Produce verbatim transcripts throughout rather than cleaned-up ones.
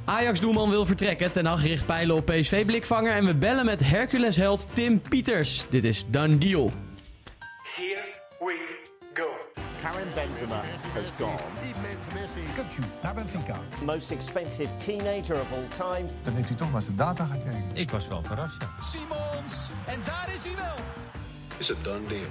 Ajax-doelman wil vertrekken. Ten Hag richt pijlen op P S V-blikvanger. En we bellen met Hercules-held Tim Pieters. Dit is Done Deal. Here we go. Karim Benzema has gone. Kukçu naar Benfica. Most expensive teenager of all time. Dan heeft hij toch naar zijn data gekeken. Ik was wel verrast, ja. Simons, en daar is hij wel. Is a done deal.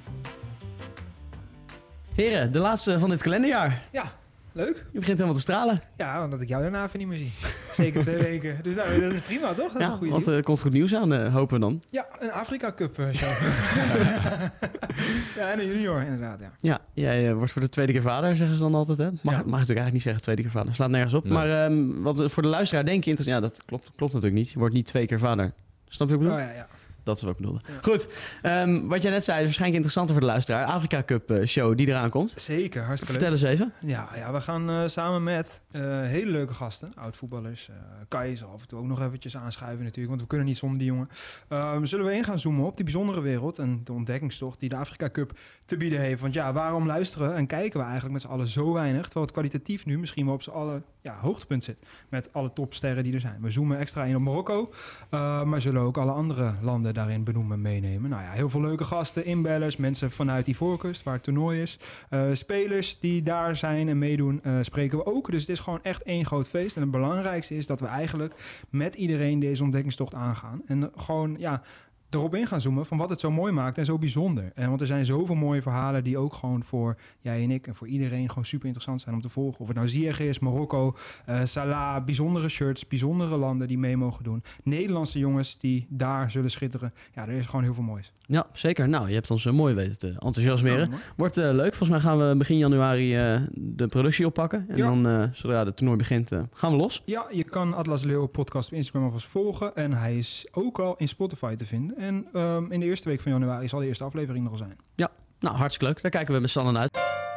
Heren, de laatste van dit kalenderjaar. Ja, leuk. Je begint helemaal te stralen. Ja, omdat ik jou daarna even niet meer zie. Zeker twee weken. Dus nou, dat is prima, toch? Dat is Ja, een goede want deal. er komt goed nieuws aan, uh, hopen we dan. Ja, een Afrika Cup uh, show. Ja, en een junior, inderdaad, ja. Ja, jij uh, wordt voor de tweede keer vader, zeggen ze dan altijd. Hè? Mag, Ja. mag natuurlijk eigenlijk niet zeggen tweede keer vader. Slaat nergens op. Nee. Maar um, wat voor de luisteraar denk je... inter- Ja, dat klopt, klopt natuurlijk niet. Je wordt niet twee keer vader. Snap je wat ik bedoel? Oh ja, ja. Dat is wat ik bedoelde. Ja. Goed, um, wat jij net zei is waarschijnlijk interessanter voor de luisteraar. Afrika Cup uh, show die eraan komt. Zeker, hartstikke Vertel leuk. eens even. Ja, ja, we gaan uh, samen met uh, hele leuke gasten, oud-voetballers. Uh, Kai zal af en toe ook nog eventjes aanschuiven natuurlijk, want we kunnen niet zonder die jongen. Uh, zullen we in gaan zoomen op die bijzondere wereld en de ontdekkingstocht die de Afrika Cup te bieden heeft. Want ja, waarom luisteren en kijken we eigenlijk met z'n allen zo weinig, terwijl het kwalitatief nu misschien wel op z'n allen ja, hoogtepunt zit met alle topsterren die er zijn. We zoomen extra in op Marokko, uh, maar zullen ook alle andere landen daarin benoemen meenemen. Nou ja, heel veel leuke gasten, inbellers, mensen vanuit Ivoorkust, waar het toernooi is. Uh, spelers die daar zijn en meedoen, uh, spreken we ook. Dus het is gewoon echt één groot feest. En het belangrijkste is dat we eigenlijk met iedereen deze ontdekkingstocht aangaan. En gewoon, ja, erop in gaan zoomen van wat het zo mooi maakt en zo bijzonder. En want er zijn zoveel mooie verhalen die ook gewoon voor jij en ik en voor iedereen gewoon super interessant zijn om te volgen. Of het nou Ziyech is, Marokko, uh, Salah, bijzondere shirts, bijzondere landen die mee mogen doen. Nederlandse jongens die daar zullen schitteren. Ja, er is gewoon heel veel moois. Ja, zeker. Nou, je hebt ons uh, mooi weten te enthousiasmeren. Ja, Wordt uh, leuk. Volgens mij gaan we begin januari uh, de productie oppakken. En Ja. dan, uh, zodra het toernooi begint, uh, gaan we los. Ja, je kan Atlas Leeuw podcast op Instagram alvast volgen. En hij is ook al in Spotify te vinden. En um, in de eerste week van januari zal de eerste aflevering nog al zijn. Nou, hartstikke leuk. Daar kijken we met z'n allen uit.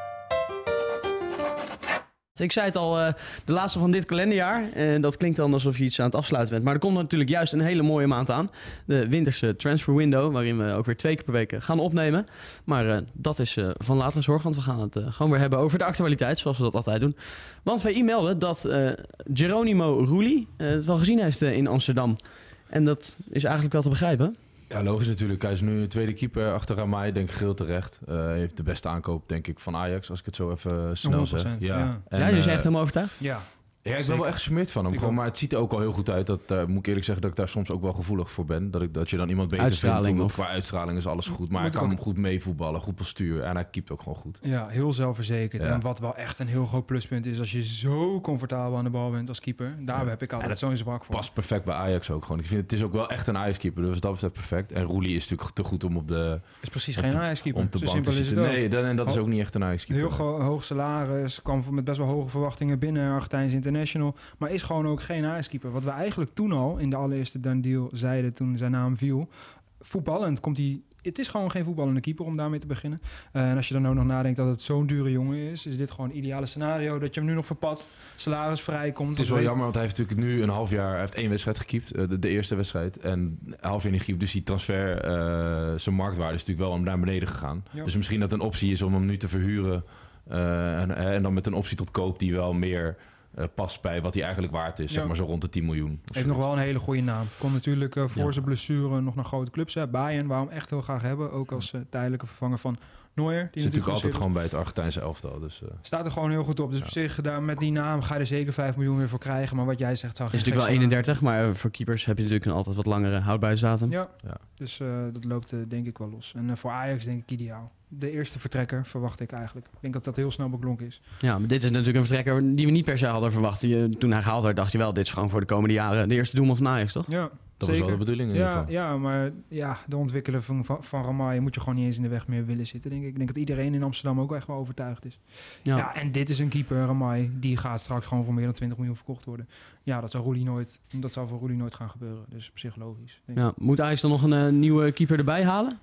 Ik zei het al, uh, de laatste van dit kalenderjaar. En dat klinkt dan alsof je iets aan het afsluiten bent. Maar er komt natuurlijk juist een hele mooie maand aan. De winterse transfer window, waarin we ook weer twee keer per week gaan opnemen. Maar uh, dat is uh, van latere zorg, want we gaan het uh, gewoon weer hebben over de actualiteit, zoals we dat altijd doen. Want wij e-mailden dat uh, Geronimo Rulli uh, het wel gezien heeft uh, in Amsterdam. En dat is eigenlijk wel te begrijpen. Ja, logisch natuurlijk. Hij is nu een tweede keeper achter Ramai, denk ik geheel terecht. Uh, hij heeft de beste aankoop, denk ik, van Ajax, als ik het zo even snel honderd zeg. procent, ja. En, Ja, dus je uh, echt helemaal overtuigd? Ja. Ja, ik ben Zeker. wel echt gecharmeerd van hem. Ik Gewoon, ook. maar het ziet er ook al heel goed uit. Dat uh, moet ik eerlijk zeggen dat ik daar soms ook wel gevoelig voor ben. Dat, ik, dat je dan iemand beter Uitstraling vindt. Omdat of- qua uitstraling is alles goed. Maar Moet hij kan ook. hem goed meevoetballen, goed postuur. En hij keept ook gewoon goed. Ja, heel zelfverzekerd. Ja. En wat wel echt een heel groot pluspunt is, als je zo comfortabel aan de bal bent als keeper. Daar Ja. heb ik En altijd dat zo'n zwak voor. Past perfect bij Ajax ook gewoon. Ik vind het is ook wel echt een Ajax-keeper. Dus dat betreft perfect. En Roelie is natuurlijk te goed om op de, Is precies om geen te- Ajax-keeper. om te Zo bank te simpel is het zitten. ook. Nee, dan, en dat is Ho- ook niet echt een Ajax-keeper. Heel go- hoog salaris, kwam met best wel hoge verwachtingen binnen Argentijns International. Maar is gewoon ook geen Ajax-keeper. Wat we eigenlijk toen al in de allereerste Done Deal zeiden toen zijn naam viel. Voetballend komt hij... Het is gewoon geen voetballende keeper om daarmee te beginnen. Uh, en als je dan ook nog nadenkt dat het zo'n dure jongen is, is dit gewoon het ideale scenario. Dat je hem nu nog verpatst, salaris vrij komt. Het is wel jammer, want hij heeft natuurlijk nu een half jaar... Hij heeft één wedstrijd gekiept, uh, de, de eerste wedstrijd. En een half jaar niet gekiept. Dus die transfer, uh, zijn marktwaarde is natuurlijk wel naar beneden gegaan. Ja. Dus misschien dat een optie is om hem nu te verhuren. Uh, en, en dan met een optie tot koop die wel meer... Uh, past bij wat hij eigenlijk waard is. Ja. Zeg maar zo rond de tien miljoen. Heeft nog wel een hele goede naam. Kon natuurlijk uh, voor Ja. zijn blessure nog naar grote clubs. Hè. Bayern, waarom echt heel graag hebben. Ook als uh, tijdelijke vervanger van Neuer. Die Zit natuurlijk altijd geblesseerd gewoon bij het Argentijnse elftal. Dus, uh, is. Staat er gewoon heel goed op. Dus Ja. op zich, daar, met die naam ga je er zeker vijf miljoen weer voor krijgen. Maar wat jij zegt, zou Is geen natuurlijk wel gek zijn. eenendertig, maar voor keepers heb je natuurlijk een altijd wat langere houdbaarheidsdatum. Ja, Ja. dus uh, dat loopt uh, denk ik wel los. En uh, voor Ajax denk ik ideaal. De eerste vertrekker verwacht ik eigenlijk. Ik denk dat dat heel snel beklonken is. Ja, maar dit is natuurlijk een vertrekker die we niet per se hadden verwacht. Je, toen hij gehaald werd, dacht je wel, dit is gewoon voor de komende jaren de eerste doelman van Ajax, toch? Ja, dat zeker. was wel de bedoeling in ieder Ja, geval. ja, maar ja, de ontwikkelen van, van, van Ramai moet je gewoon niet eens in de weg meer willen zitten, denk ik. Ik denk dat iedereen in Amsterdam ook echt wel overtuigd is. Ja. Ja, en dit is een keeper, Ramai, die gaat straks gewoon voor meer dan twintig miljoen verkocht worden. Ja, dat zou Roelie nooit, dat zou voor Roelie nooit gaan gebeuren. Dus psychologisch. Denk ik. Ja, moet Ajax dan nog een uh, nieuwe keeper erbij halen?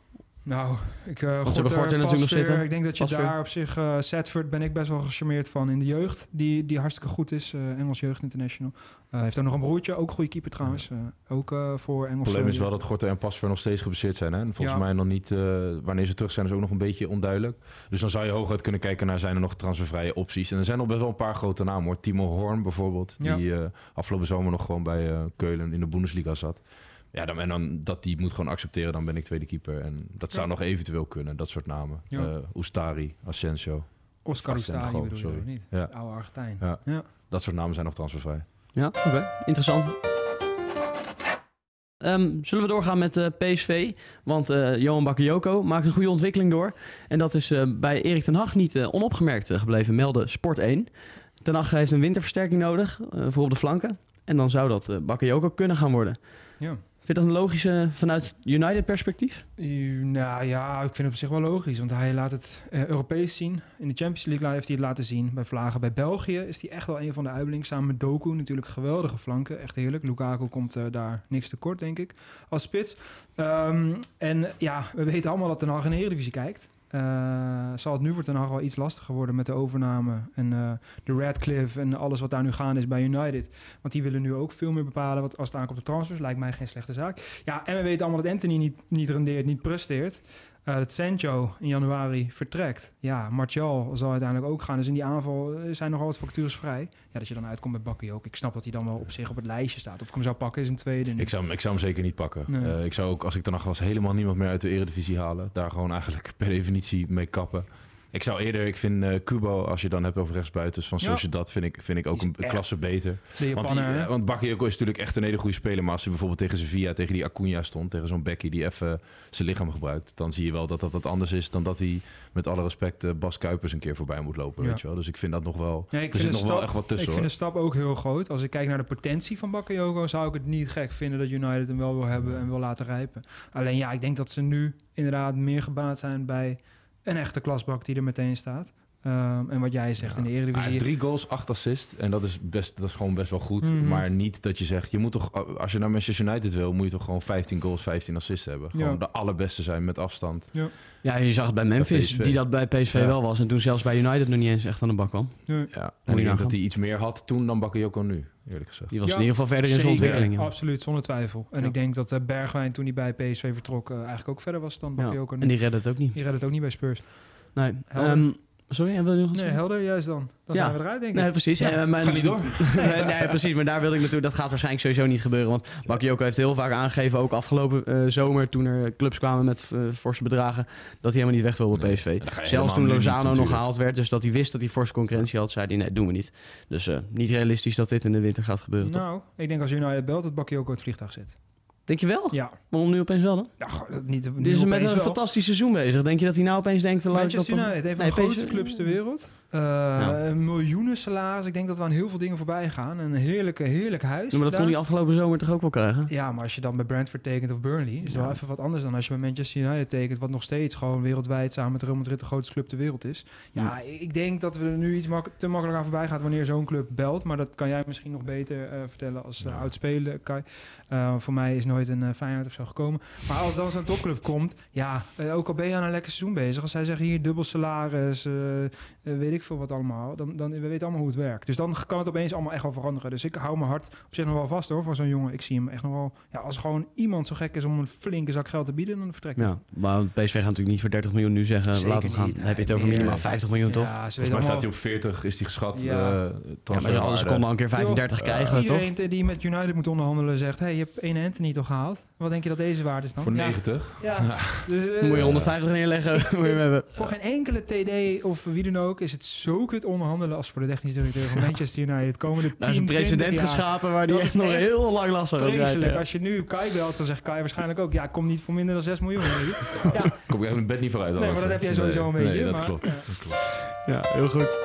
Nou, ik uh, Want ze hebben Gorter natuurlijk nog zitten. Ik denk dat je Pasveer. daar op zich... Uh, Sadford ben ik best wel gecharmeerd van in de jeugd. Die, die hartstikke goed is. Uh, Engels Jeugd International. Uh, heeft ook nog een broertje. Ook goede keeper trouwens. Uh, ook uh, voor Engels. Het probleem is wel dat Gorter en Pasveer nog steeds geblesseerd zijn. Hè? En volgens ja. mij nog niet... Uh, wanneer ze terug zijn is ook nog een beetje onduidelijk. Dus dan zou je hooguit kunnen kijken naar... zijn er nog transfervrije opties. En er zijn nog best wel een paar grote namen hoor. Timo Horn bijvoorbeeld. Ja. Die uh, afgelopen zomer nog gewoon bij uh, Keulen in de Bundesliga zat. Ja, dan, en dan dat die moet gewoon accepteren, dan ben ik tweede keeper. En dat zou ja. nog eventueel kunnen, dat soort namen. Ja. Uh, Ustari, Asensio. Oscar Ustari bedoel je ook niet? Ja. Oude Argentijn. Ja. Ja. Dat soort namen zijn nog transfervrij. Ja, oké. Okay. Interessant. Um, zullen we doorgaan met uh, P S V? Want uh, Johan Bakayoko maakt een goede ontwikkeling door. En dat is uh, bij Erik ten Hag niet uh, onopgemerkt uh, gebleven, meldde Sport één. Ten Hag heeft een winterversterking nodig uh, voor op de flanken. En dan zou dat uh, Bakayoko kunnen gaan worden. Ja. Vind je dat een logische vanuit United perspectief? Uh, nou ja, ik vind het op zich wel logisch. Want hij laat het uh, Europees zien. In de Champions League heeft hij het laten zien. Bij Vlagen bij België is hij echt wel een van de uitblinkers. Samen met Doku natuurlijk geweldige flanken. Echt heerlijk. Lukaku komt uh, daar niks tekort, denk ik. Als spits. Um, en ja, we weten allemaal dat Ten Hag in de Eredivisie kijkt. Uh, zal het nu voor Ten Hag wel iets lastiger worden met de overname en uh, de Radcliffe en alles wat daar nu gaande is bij United. Want die willen nu ook veel meer bepalen wat als het aankomt op de transfers. Lijkt mij geen slechte zaak. Ja, en we weten allemaal dat Anthony niet, niet rendeert, niet presteert. Uh, dat Sancho in januari vertrekt. Ja, Martial zal uiteindelijk ook gaan. Dus in die aanval zijn nogal wat vacatures vrij. Ja, dat je dan uitkomt met Bakayoko. Ik snap dat hij dan wel op zich op het lijstje staat. Of ik hem zou pakken is een tweede. Ik zou, ik zou hem zeker niet pakken. Nee. Uh, ik zou ook, als ik dan nog was, helemaal niemand meer uit de Eredivisie halen. Daar gewoon eigenlijk per definitie mee kappen. Ik zou eerder, ik vind uh, Kubo, als je dan hebt over rechtsbuitens van ja. Sociedad, vind ik, vind ik ook een, een klasse beter. Want, die, uh, want Bakayoko is natuurlijk echt een hele goede speler. Maar als hij bijvoorbeeld tegen Sevilla, tegen die Acuna stond, tegen zo'n Becky die even zijn lichaam gebruikt, dan zie je wel dat dat wat anders is dan dat hij met alle respect uh, Bas Kuipers een keer voorbij moet lopen. Ja. Weet je wel? Dus ik vind dat nog wel, nee, ik er vind zit nog stap, wel echt wat tussen. Ik hoor. vind de stap ook heel groot. Als ik kijk naar de potentie van Bakayoko, zou ik het niet gek vinden dat United hem wel wil hebben en wil laten rijpen. Alleen ja, ik denk dat ze nu inderdaad meer gebaat zijn bij een echte klasbak die er meteen staat. Um, en wat jij zegt ja. in de Eredivisie. Hij heeft drie goals, acht assists. En dat is, best, dat is gewoon best wel goed. Mm-hmm. Maar niet dat je zegt, je moet toch, als je naar Manchester United wil, moet je toch gewoon vijftien goals, vijftien assists hebben. Gewoon ja. de allerbeste zijn met afstand. Ja, ja je zag het bij Memphis, die dat bij P S V ja. wel was. En toen zelfs bij United nog niet eens echt aan de bak kwam. Ja, ja. En ik denk dat hij iets meer had toen dan Bakayoko nu, eerlijk gezegd. Die was ja, in ieder geval verder in zijn ontwikkeling. Ja. Absoluut, zonder twijfel. En ja. ik denk dat uh, Bergwijn toen hij bij P S V vertrok uh, eigenlijk ook verder was dan Bakayoko ja. nu. En die redde het ook niet. Die redde het ook niet bij Spurs. Nee. Um, Sorry, en wil je nog Nee, zeggen? Helder, juist dan. Dan ja. zijn we eruit, denk ik. Nee, precies. Ja. Uh, mijn... Ga niet door. nee, nee, precies. Maar daar wilde ik naartoe. Dat gaat waarschijnlijk sowieso niet gebeuren. Want Bakayoko heeft heel vaak aangegeven, ook afgelopen uh, zomer, toen er clubs kwamen met uh, forse bedragen, dat hij helemaal niet weg wilde bij P S V. Nee, zelfs toen Lozano nog gehaald werd, dus dat hij wist dat hij forse concurrentie had, zei hij, nee, doen we niet. Dus uh, niet realistisch dat dit in de winter gaat gebeuren. Nou, toch? ik denk als United belt, dat Bakayoko het vliegtuig zit. Denk je wel? Ja. Waarom nu opeens wel dan? Ja, niet, Dit is met een wel. fantastisch seizoen bezig. Denk je dat hij nou opeens denkt... Manchester dat United, een van nee, de grootste clubs ter wereld. Uh, ja. Miljoenen salaris. Ik denk dat we aan heel veel dingen voorbij gaan. Een heerlijke, heerlijk huis. Ja, maar dat daar. kon hij afgelopen zomer toch ook wel krijgen? Ja, maar als je dan bij Brentford tekent of Burnley, is het ja. wel even wat anders dan als je bij Manchester United tekent, wat nog steeds gewoon wereldwijd samen met Real Madrid de grootste club ter wereld is. Ja, ja. ik denk dat we er nu iets mak- te makkelijk aan voorbij gaan wanneer zo'n club belt. Maar dat kan jij misschien nog beter uh, vertellen als uh, ja. oud-speler, Kai. Uh, voor mij is nooit een uh, Feyenoord of zo gekomen. Maar als dan zo'n topclub komt, ja, uh, ook al ben je aan een lekker seizoen bezig. Als zij zeggen hier dubbel salaris, uh, uh, weet ik veel wat allemaal. Dan, dan we weten allemaal hoe het werkt. Dus dan kan het opeens allemaal echt wel veranderen. Dus ik hou mijn hart op zich nog wel vast hoor, voor zo'n jongen. Ik zie hem echt nog wel, ja, als gewoon iemand zo gek is om een flinke zak geld te bieden, dan vertrekt hij. Ja, maar P S V gaat natuurlijk niet voor dertig miljoen nu zeggen, Zeker laten we gaan. Niet, Dan heb je het over minimaal vijftig miljoen, toch? Ja, volgens mij staat hij op veertig, is hij geschat. Ja, uh, ja maar anders kon dan een keer vijfendertig uh, krijgen, uh, toch? Iedereen die met United moet onderhandelen zegt, hey, je hebt één Anthony toch gehaald? Wat denk je dat deze waard is dan? Voor ja. negentig? Ja. ja. Dus, uh, moet je honderdvijftig neerleggen. Moet je hebben. Voor geen enkele T D of wie dan ook is het zo kut onderhandelen als voor de technisch directeur van Manchester United. Komende tien, daar is een precedent geschapen waar die echt nog heel lang last van gaat krijgen. Ja. Als je nu Kai belt, dan zegt Kai waarschijnlijk ook, ja, kom niet voor minder dan zes miljoen. Ja. Ja. Kom ik even mijn bed niet vooruit. Nee, maar dat heb jij sowieso nee, een beetje. Nee, dat, maar, klopt. Ja. dat klopt. Ja, heel goed.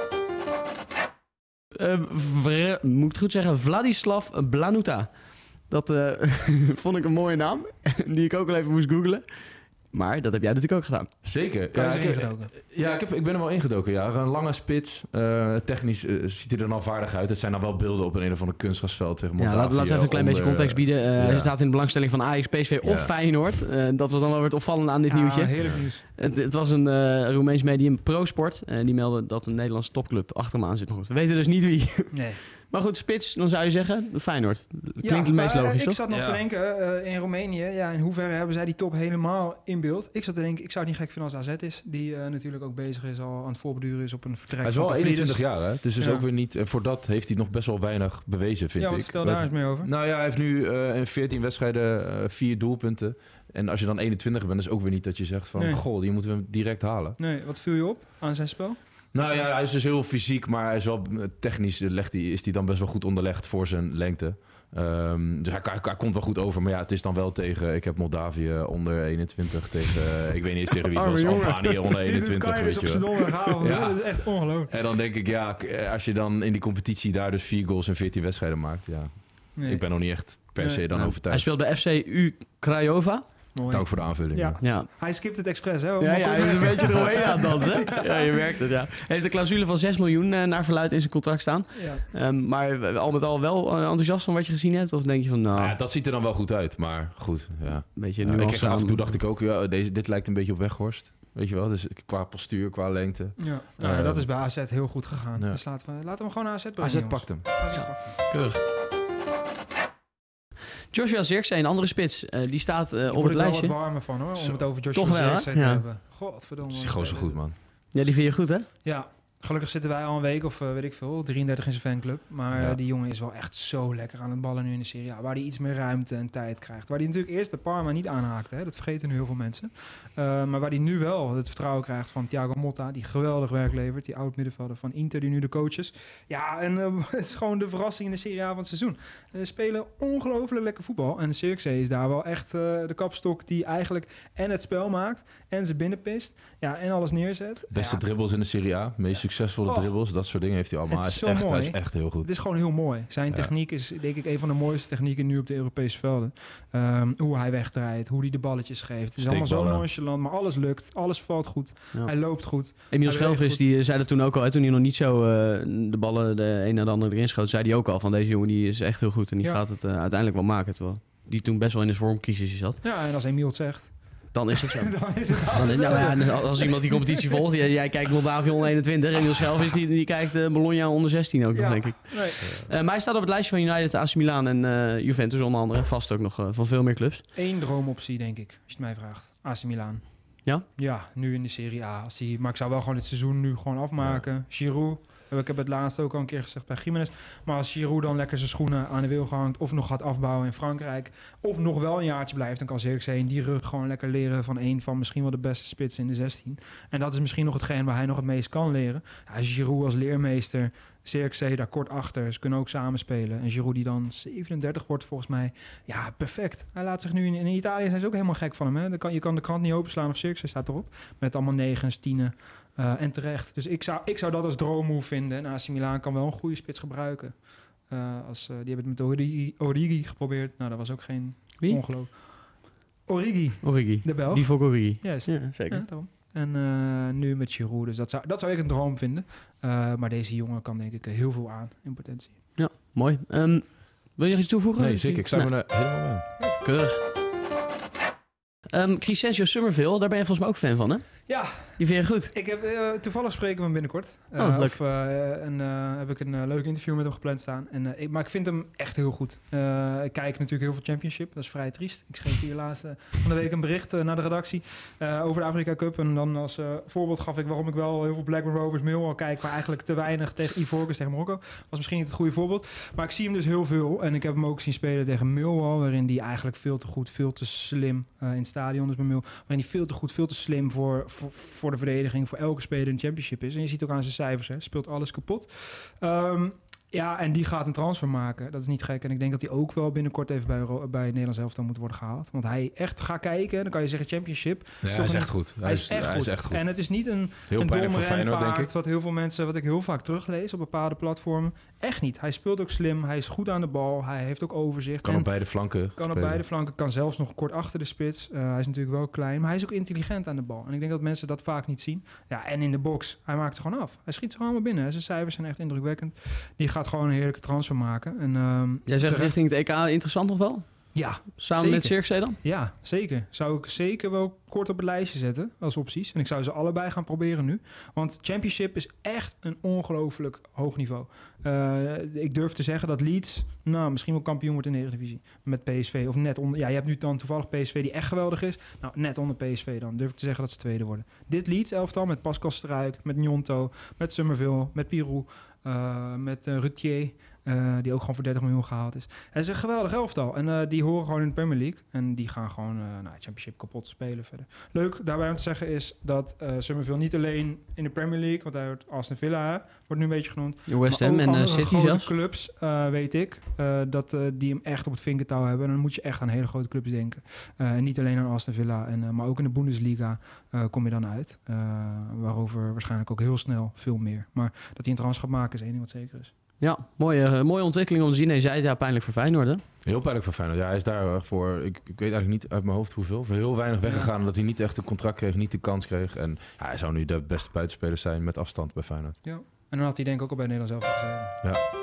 Uh, vre- moet ik het goed zeggen? Vladislav Blanuta. Dat uh, vond ik een mooie naam, die ik ook al even moest googlen. Maar dat heb jij natuurlijk ook gedaan. Zeker. Kan Ja, je ik, erin heb- gedoken? ja ik, heb, ik ben er wel ingedoken. Ja. Een lange spits. Uh, technisch uh, ziet hij er dan vaardig uit. Het zijn dan wel beelden op een, een of ander kunstgrasveld tegen Ja, Moldavië. laat, laten we even een klein beetje onder- context bieden. Uh, ja. Hij staat in de belangstelling van Ajax, P S V of Ja. Feyenoord. Uh, dat was dan wel weer het opvallende aan dit Ja, nieuwtje. heerlijk nieuws. Het, het was een uh, Roemeens medium, ProSport. Uh, die meldde dat een Nederlandse topclub achter hem aan zit. Maar goed, we weten dus niet wie. Nee. Maar goed, spits, dan zou je zeggen Feyenoord. Klinkt Ja, het meest maar, logisch, ik toch? zat nog Ja. te denken, uh, in Roemenië, ja, in hoeverre hebben zij die top helemaal in beeld? Ik zat te denken, ik zou het niet gek vinden als A Z is, die uh, natuurlijk ook bezig is, al aan het voorbeduren is op een vertrek. Hij is van wel Pavlidis. eenentwintig jaar, hè? Dus is Ja. ook weer niet... En voor dat heeft hij nog best wel weinig bewezen, vind Ja, wat ik. vertel Wat- daar eens mee over. Nou ja, hij heeft nu uh, in veertien wedstrijden uh, vier doelpunten. En als je dan eenentwintig bent, is ook weer niet dat je zegt van... Nee. Goh, die moeten we direct halen. Nee, wat viel je op aan zijn spel? Nou ja, hij is dus heel fysiek, maar hij is wel uh, technisch uh, legt hij, is hij dan best wel goed onderlegd voor zijn lengte. Um, dus hij, hij, hij komt wel goed over, maar ja, het is dan wel tegen... Ik heb Moldavië onder eenentwintig tegen... Uh, ik weet niet eens tegen wie het was. Arme jongen. Albanië onder eenentwintig, Dit weet op je zijn wel. donderdagavond. Ja. Dat is echt ongelooflijk. En dan denk ik, ja, k- als je dan in die competitie daar dus vier goals en veertien wedstrijden maakt... Ja, Nee. ik ben nog niet echt per se Nee. dan Ja. Hij overtuigd. speelt bij F C U Craiova. Mooi. Dank voor de aanvulling. Ja. Ja. Ja, Hij skipt het expres, hè? om ja, maar ja, hij op- is een beetje eromheen aan het dansen. Ja, je merkt het, ja. Hij heeft een clausule van zes miljoen uh, naar verluid in zijn contract staan. Ja. Um, maar al met al wel uh, enthousiast van wat je gezien hebt? Of denk je van, nou, Ja, dat ziet er dan wel goed uit, maar goed. Ja. een beetje Ja, nu ik al kreeg af en staan. toe dacht ik ook, ja, deze, dit lijkt een beetje op Weghorst. Weet je wel, dus qua postuur, qua lengte. Ja. Nou, ja, Uh, dat is bij A Z heel goed gegaan. ja. Dus laten we, laten we hem gewoon naar A Z brengen, A Z jongens. pakt hem. A Z Ja. pakt hem. Keurig. Joshua Zirkzee, een andere spits, uh, die staat uh, Daar op word het ik wel lijstje. wat warmer van, hoor. Om Zo. het over Joshua Toch wel, hè? Zirkzee te Ja. hebben. Godverdomme. Dat is gewoon zo goed, man. Ja, die vind je goed, hè? Ja, gelukkig zitten wij al een week of uh, weet ik veel, drieëndertig in zijn fanclub. Maar Ja. uh, die jongen is wel echt zo lekker aan het ballen nu in de Serie A. Waar hij iets meer ruimte en tijd krijgt. Waar hij natuurlijk eerst bij Parma niet aanhaakte. Hè? Dat vergeten nu heel veel mensen. Uh, maar waar hij nu wel het vertrouwen krijgt van Thiago Motta. Die geweldig werk levert. Die oud-middenvelder van Inter die nu de coach is. Ja, en uh, het is gewoon de verrassing in de Serie A van het seizoen. Ze spelen ongelooflijk lekker voetbal. En Zirkzee is daar wel echt uh, de kapstok die eigenlijk en het spel maakt. En ze binnenpist. Ja, en alles neerzet. Beste ja. dribbles in de Serie A, meest succesvolle Oh. dribbles, dat soort dingen heeft hij allemaal. Het Hij is is, zo echt, hij mooi. is echt heel goed. Het is gewoon heel mooi. Zijn Ja. techniek is denk ik een van de mooiste technieken nu op de Europese velden. Um, hoe hij wegdraait, hoe hij de balletjes geeft. Het is allemaal zo Steekballen. nonchalant, maar alles lukt. Alles valt goed. Ja. Hij loopt goed. Emiel Hij Schelvis, beweegt goed. die zei dat toen ook al, hè, toen hij nog niet zo uh, de ballen de een na de ander erin schoot, zei hij ook al van deze jongen die is echt heel goed en die Ja. gaat het uh, uiteindelijk wel maken. Terwijl die toen best wel in de vormcrisis zat. Ja, en als Emiel het zegt, Dan is het zo. dan is het Dan, nou ja, als iemand die competitie volgt, jij, jij kijkt Moldavië onder eenentwintig, Emiel Schelvis die, die kijkt uh, Bologna onder zestien ook nog, Ja. denk ik. Nee. Uh, maar hij staat op het lijstje van United, A C Milan en uh, Juventus onder andere. Vast ook nog uh, van veel meer clubs. Eén droomoptie, denk ik, als je het mij vraagt. A C Milan. Ja? Ja, nu in de Serie A. Als die, maar ik zou wel gewoon het seizoen nu gewoon afmaken. Ja. Giroud. Ik heb het laatst ook al een keer gezegd bij Gimenez. Maar als Giroud dan lekker zijn schoenen aan de wiel hangt, of nog gaat afbouwen in Frankrijk, of nog wel een jaartje blijft, dan kan Zirkzee in die rug gewoon lekker leren van een van misschien wel de beste spitsen in de zestien. En dat is misschien nog hetgeen waar hij nog het meest kan leren. Ja, Giroud als leermeester, Zirkzee daar kort achter. Ze kunnen ook samen spelen. En Giroud die dan zevenendertig wordt volgens mij. Ja, perfect. Hij laat zich nu in, in Italië zijn ze ook helemaal gek van hem. Hè? Dan kan, je kan de krant niet openslaan of Zirkzee staat erop. Met allemaal negens, tienen. Uh, en terecht. Dus ik zou, ik zou dat als droommove vinden. En A C Milan kan wel een goede spits gebruiken. Uh, als, uh, die hebben het met Origi, Origi geprobeerd. Nou, dat was ook geen Wie? ongeloof. Origi, Origi. de Belg. Die voor Origi. Juist. Ja, zeker. Ja, daarom. En uh, nu met Giroud. Dus dat zou, dat zou ik een droom vinden. Uh, maar deze jongen kan denk ik heel veel aan in potentie. Ja, mooi. Um, wil je nog iets toevoegen? Nee, zeker. Ik sluit Nou, me daar helemaal bij. Keurig. Um, Crescencio Summerville, daar ben je volgens mij ook fan van, hè? Ja, Die vind je goed. ik heb, uh, toevallig spreken we hem binnenkort. Uh, Oh, leuk. of uh, en, uh, heb ik een uh, leuk interview met hem gepland staan. En, uh, ik, maar ik vind hem echt heel goed. Uh, ik kijk natuurlijk heel veel Championship. Dat is vrij triest. Ik schreef hier laatst uh, van de week een bericht uh, naar de redactie uh, over de Afrika Cup. En dan als uh, voorbeeld gaf ik waarom ik wel heel veel Blackburn Rovers Millwall kijk, maar eigenlijk te weinig tegen Ivoorkust, tegen Marokko. Was misschien niet het goede voorbeeld. Maar ik zie hem dus heel veel. En ik heb hem ook zien spelen tegen Millwall, waarin die eigenlijk veel te goed, veel te slim uh, in het stadion dus bij Millwall, waarin hij veel te goed, veel te slim voor, voor, voor de verdediging, voor elke speler in de Championship is. En je ziet ook aan zijn cijfers, hè, speelt alles kapot. Um, Ja, en die gaat een transfer maken. Dat is niet gek. En ik denk dat hij ook wel binnenkort even bij, Euro- bij het Nederlands elftal moet worden gehaald. Want hij echt gaat kijken. Dan kan je zeggen Championship. Ja, is hij is een, echt goed. Hij is, echt, hij goed. is echt goed. En het is niet een, Heel een pijnlijk dom voor Feyenoord, denk renpaard. ik. Wat heel veel mensen, wat ik heel vaak teruglees op bepaalde platformen. Echt niet. Hij speelt ook slim. Hij is goed aan de bal. Hij heeft ook overzicht. Kan en op beide flanken Kan spelen. op beide flanken. Kan zelfs nog kort achter de spits. Uh, hij is natuurlijk wel klein. Maar hij is ook intelligent aan de bal. En ik denk dat mensen dat vaak niet zien. Ja, en in de box. Hij maakt ze gewoon af. Hij schiet ze allemaal binnen. Zijn cijfers zijn echt indrukwekkend. Die gaat gewoon een heerlijke transfer maken. En, um, Jij zegt terecht... richting het E K interessant nog wel? Ja, Samen zeker. met Zirkzee dan? Ja, zeker. Zou ik zeker wel kort op het lijstje zetten als opties. En ik zou ze allebei gaan proberen nu. Want Championship is echt een ongelooflijk hoog niveau. Uh, ik durf te zeggen dat Leeds nou, misschien wel kampioen wordt in de Eredivisie. Met P S V. Of net onder. Ja, je hebt nu dan toevallig P S V die echt geweldig is. Nou, net onder P S V dan. Durf ik te zeggen dat ze tweede worden. Dit Leeds elftal met Pascal Struijk, met Gnonto, met Summerville, met Pirou, uh, met uh, Rutier. Uh, die ook gewoon voor dertig miljoen gehaald is. Het is een geweldig elftal. En uh, die horen gewoon in de Premier League. En die gaan gewoon uh, nou, Championship kapot spelen verder. Leuk daarbij om te zeggen is dat uh, Summerville niet alleen in de Premier League, want hij wordt Aston Villa, hè, wordt nu een beetje genoemd. West Ham en uh, City grote zelfs. clubs, uh, weet ik, uh, dat uh, die hem echt op het vinkertouw hebben. En dan moet je echt aan hele grote clubs denken. Uh, en niet alleen aan Aston Villa, en, uh, maar ook in de Bundesliga uh, kom je dan uit. Uh, waarover waarschijnlijk ook heel snel veel meer. Maar dat hij een trans gaat maken is één ding wat zeker is. Ja, mooie, uh, mooie ontwikkeling om te zien. Hij zei het, ja, pijnlijk voor Feyenoord, hè? Heel pijnlijk voor Feyenoord. Ja, hij is daar voor, ik, ik weet eigenlijk niet uit mijn hoofd hoeveel, voor heel weinig weggegaan. Ja. Dat hij niet echt een contract kreeg, niet de kans kreeg. En ja, hij zou nu de beste buitenspeler zijn met afstand bij Feyenoord. Ja. En dan had hij denk ik ook al bij Nederland zelf gezeten. Ja.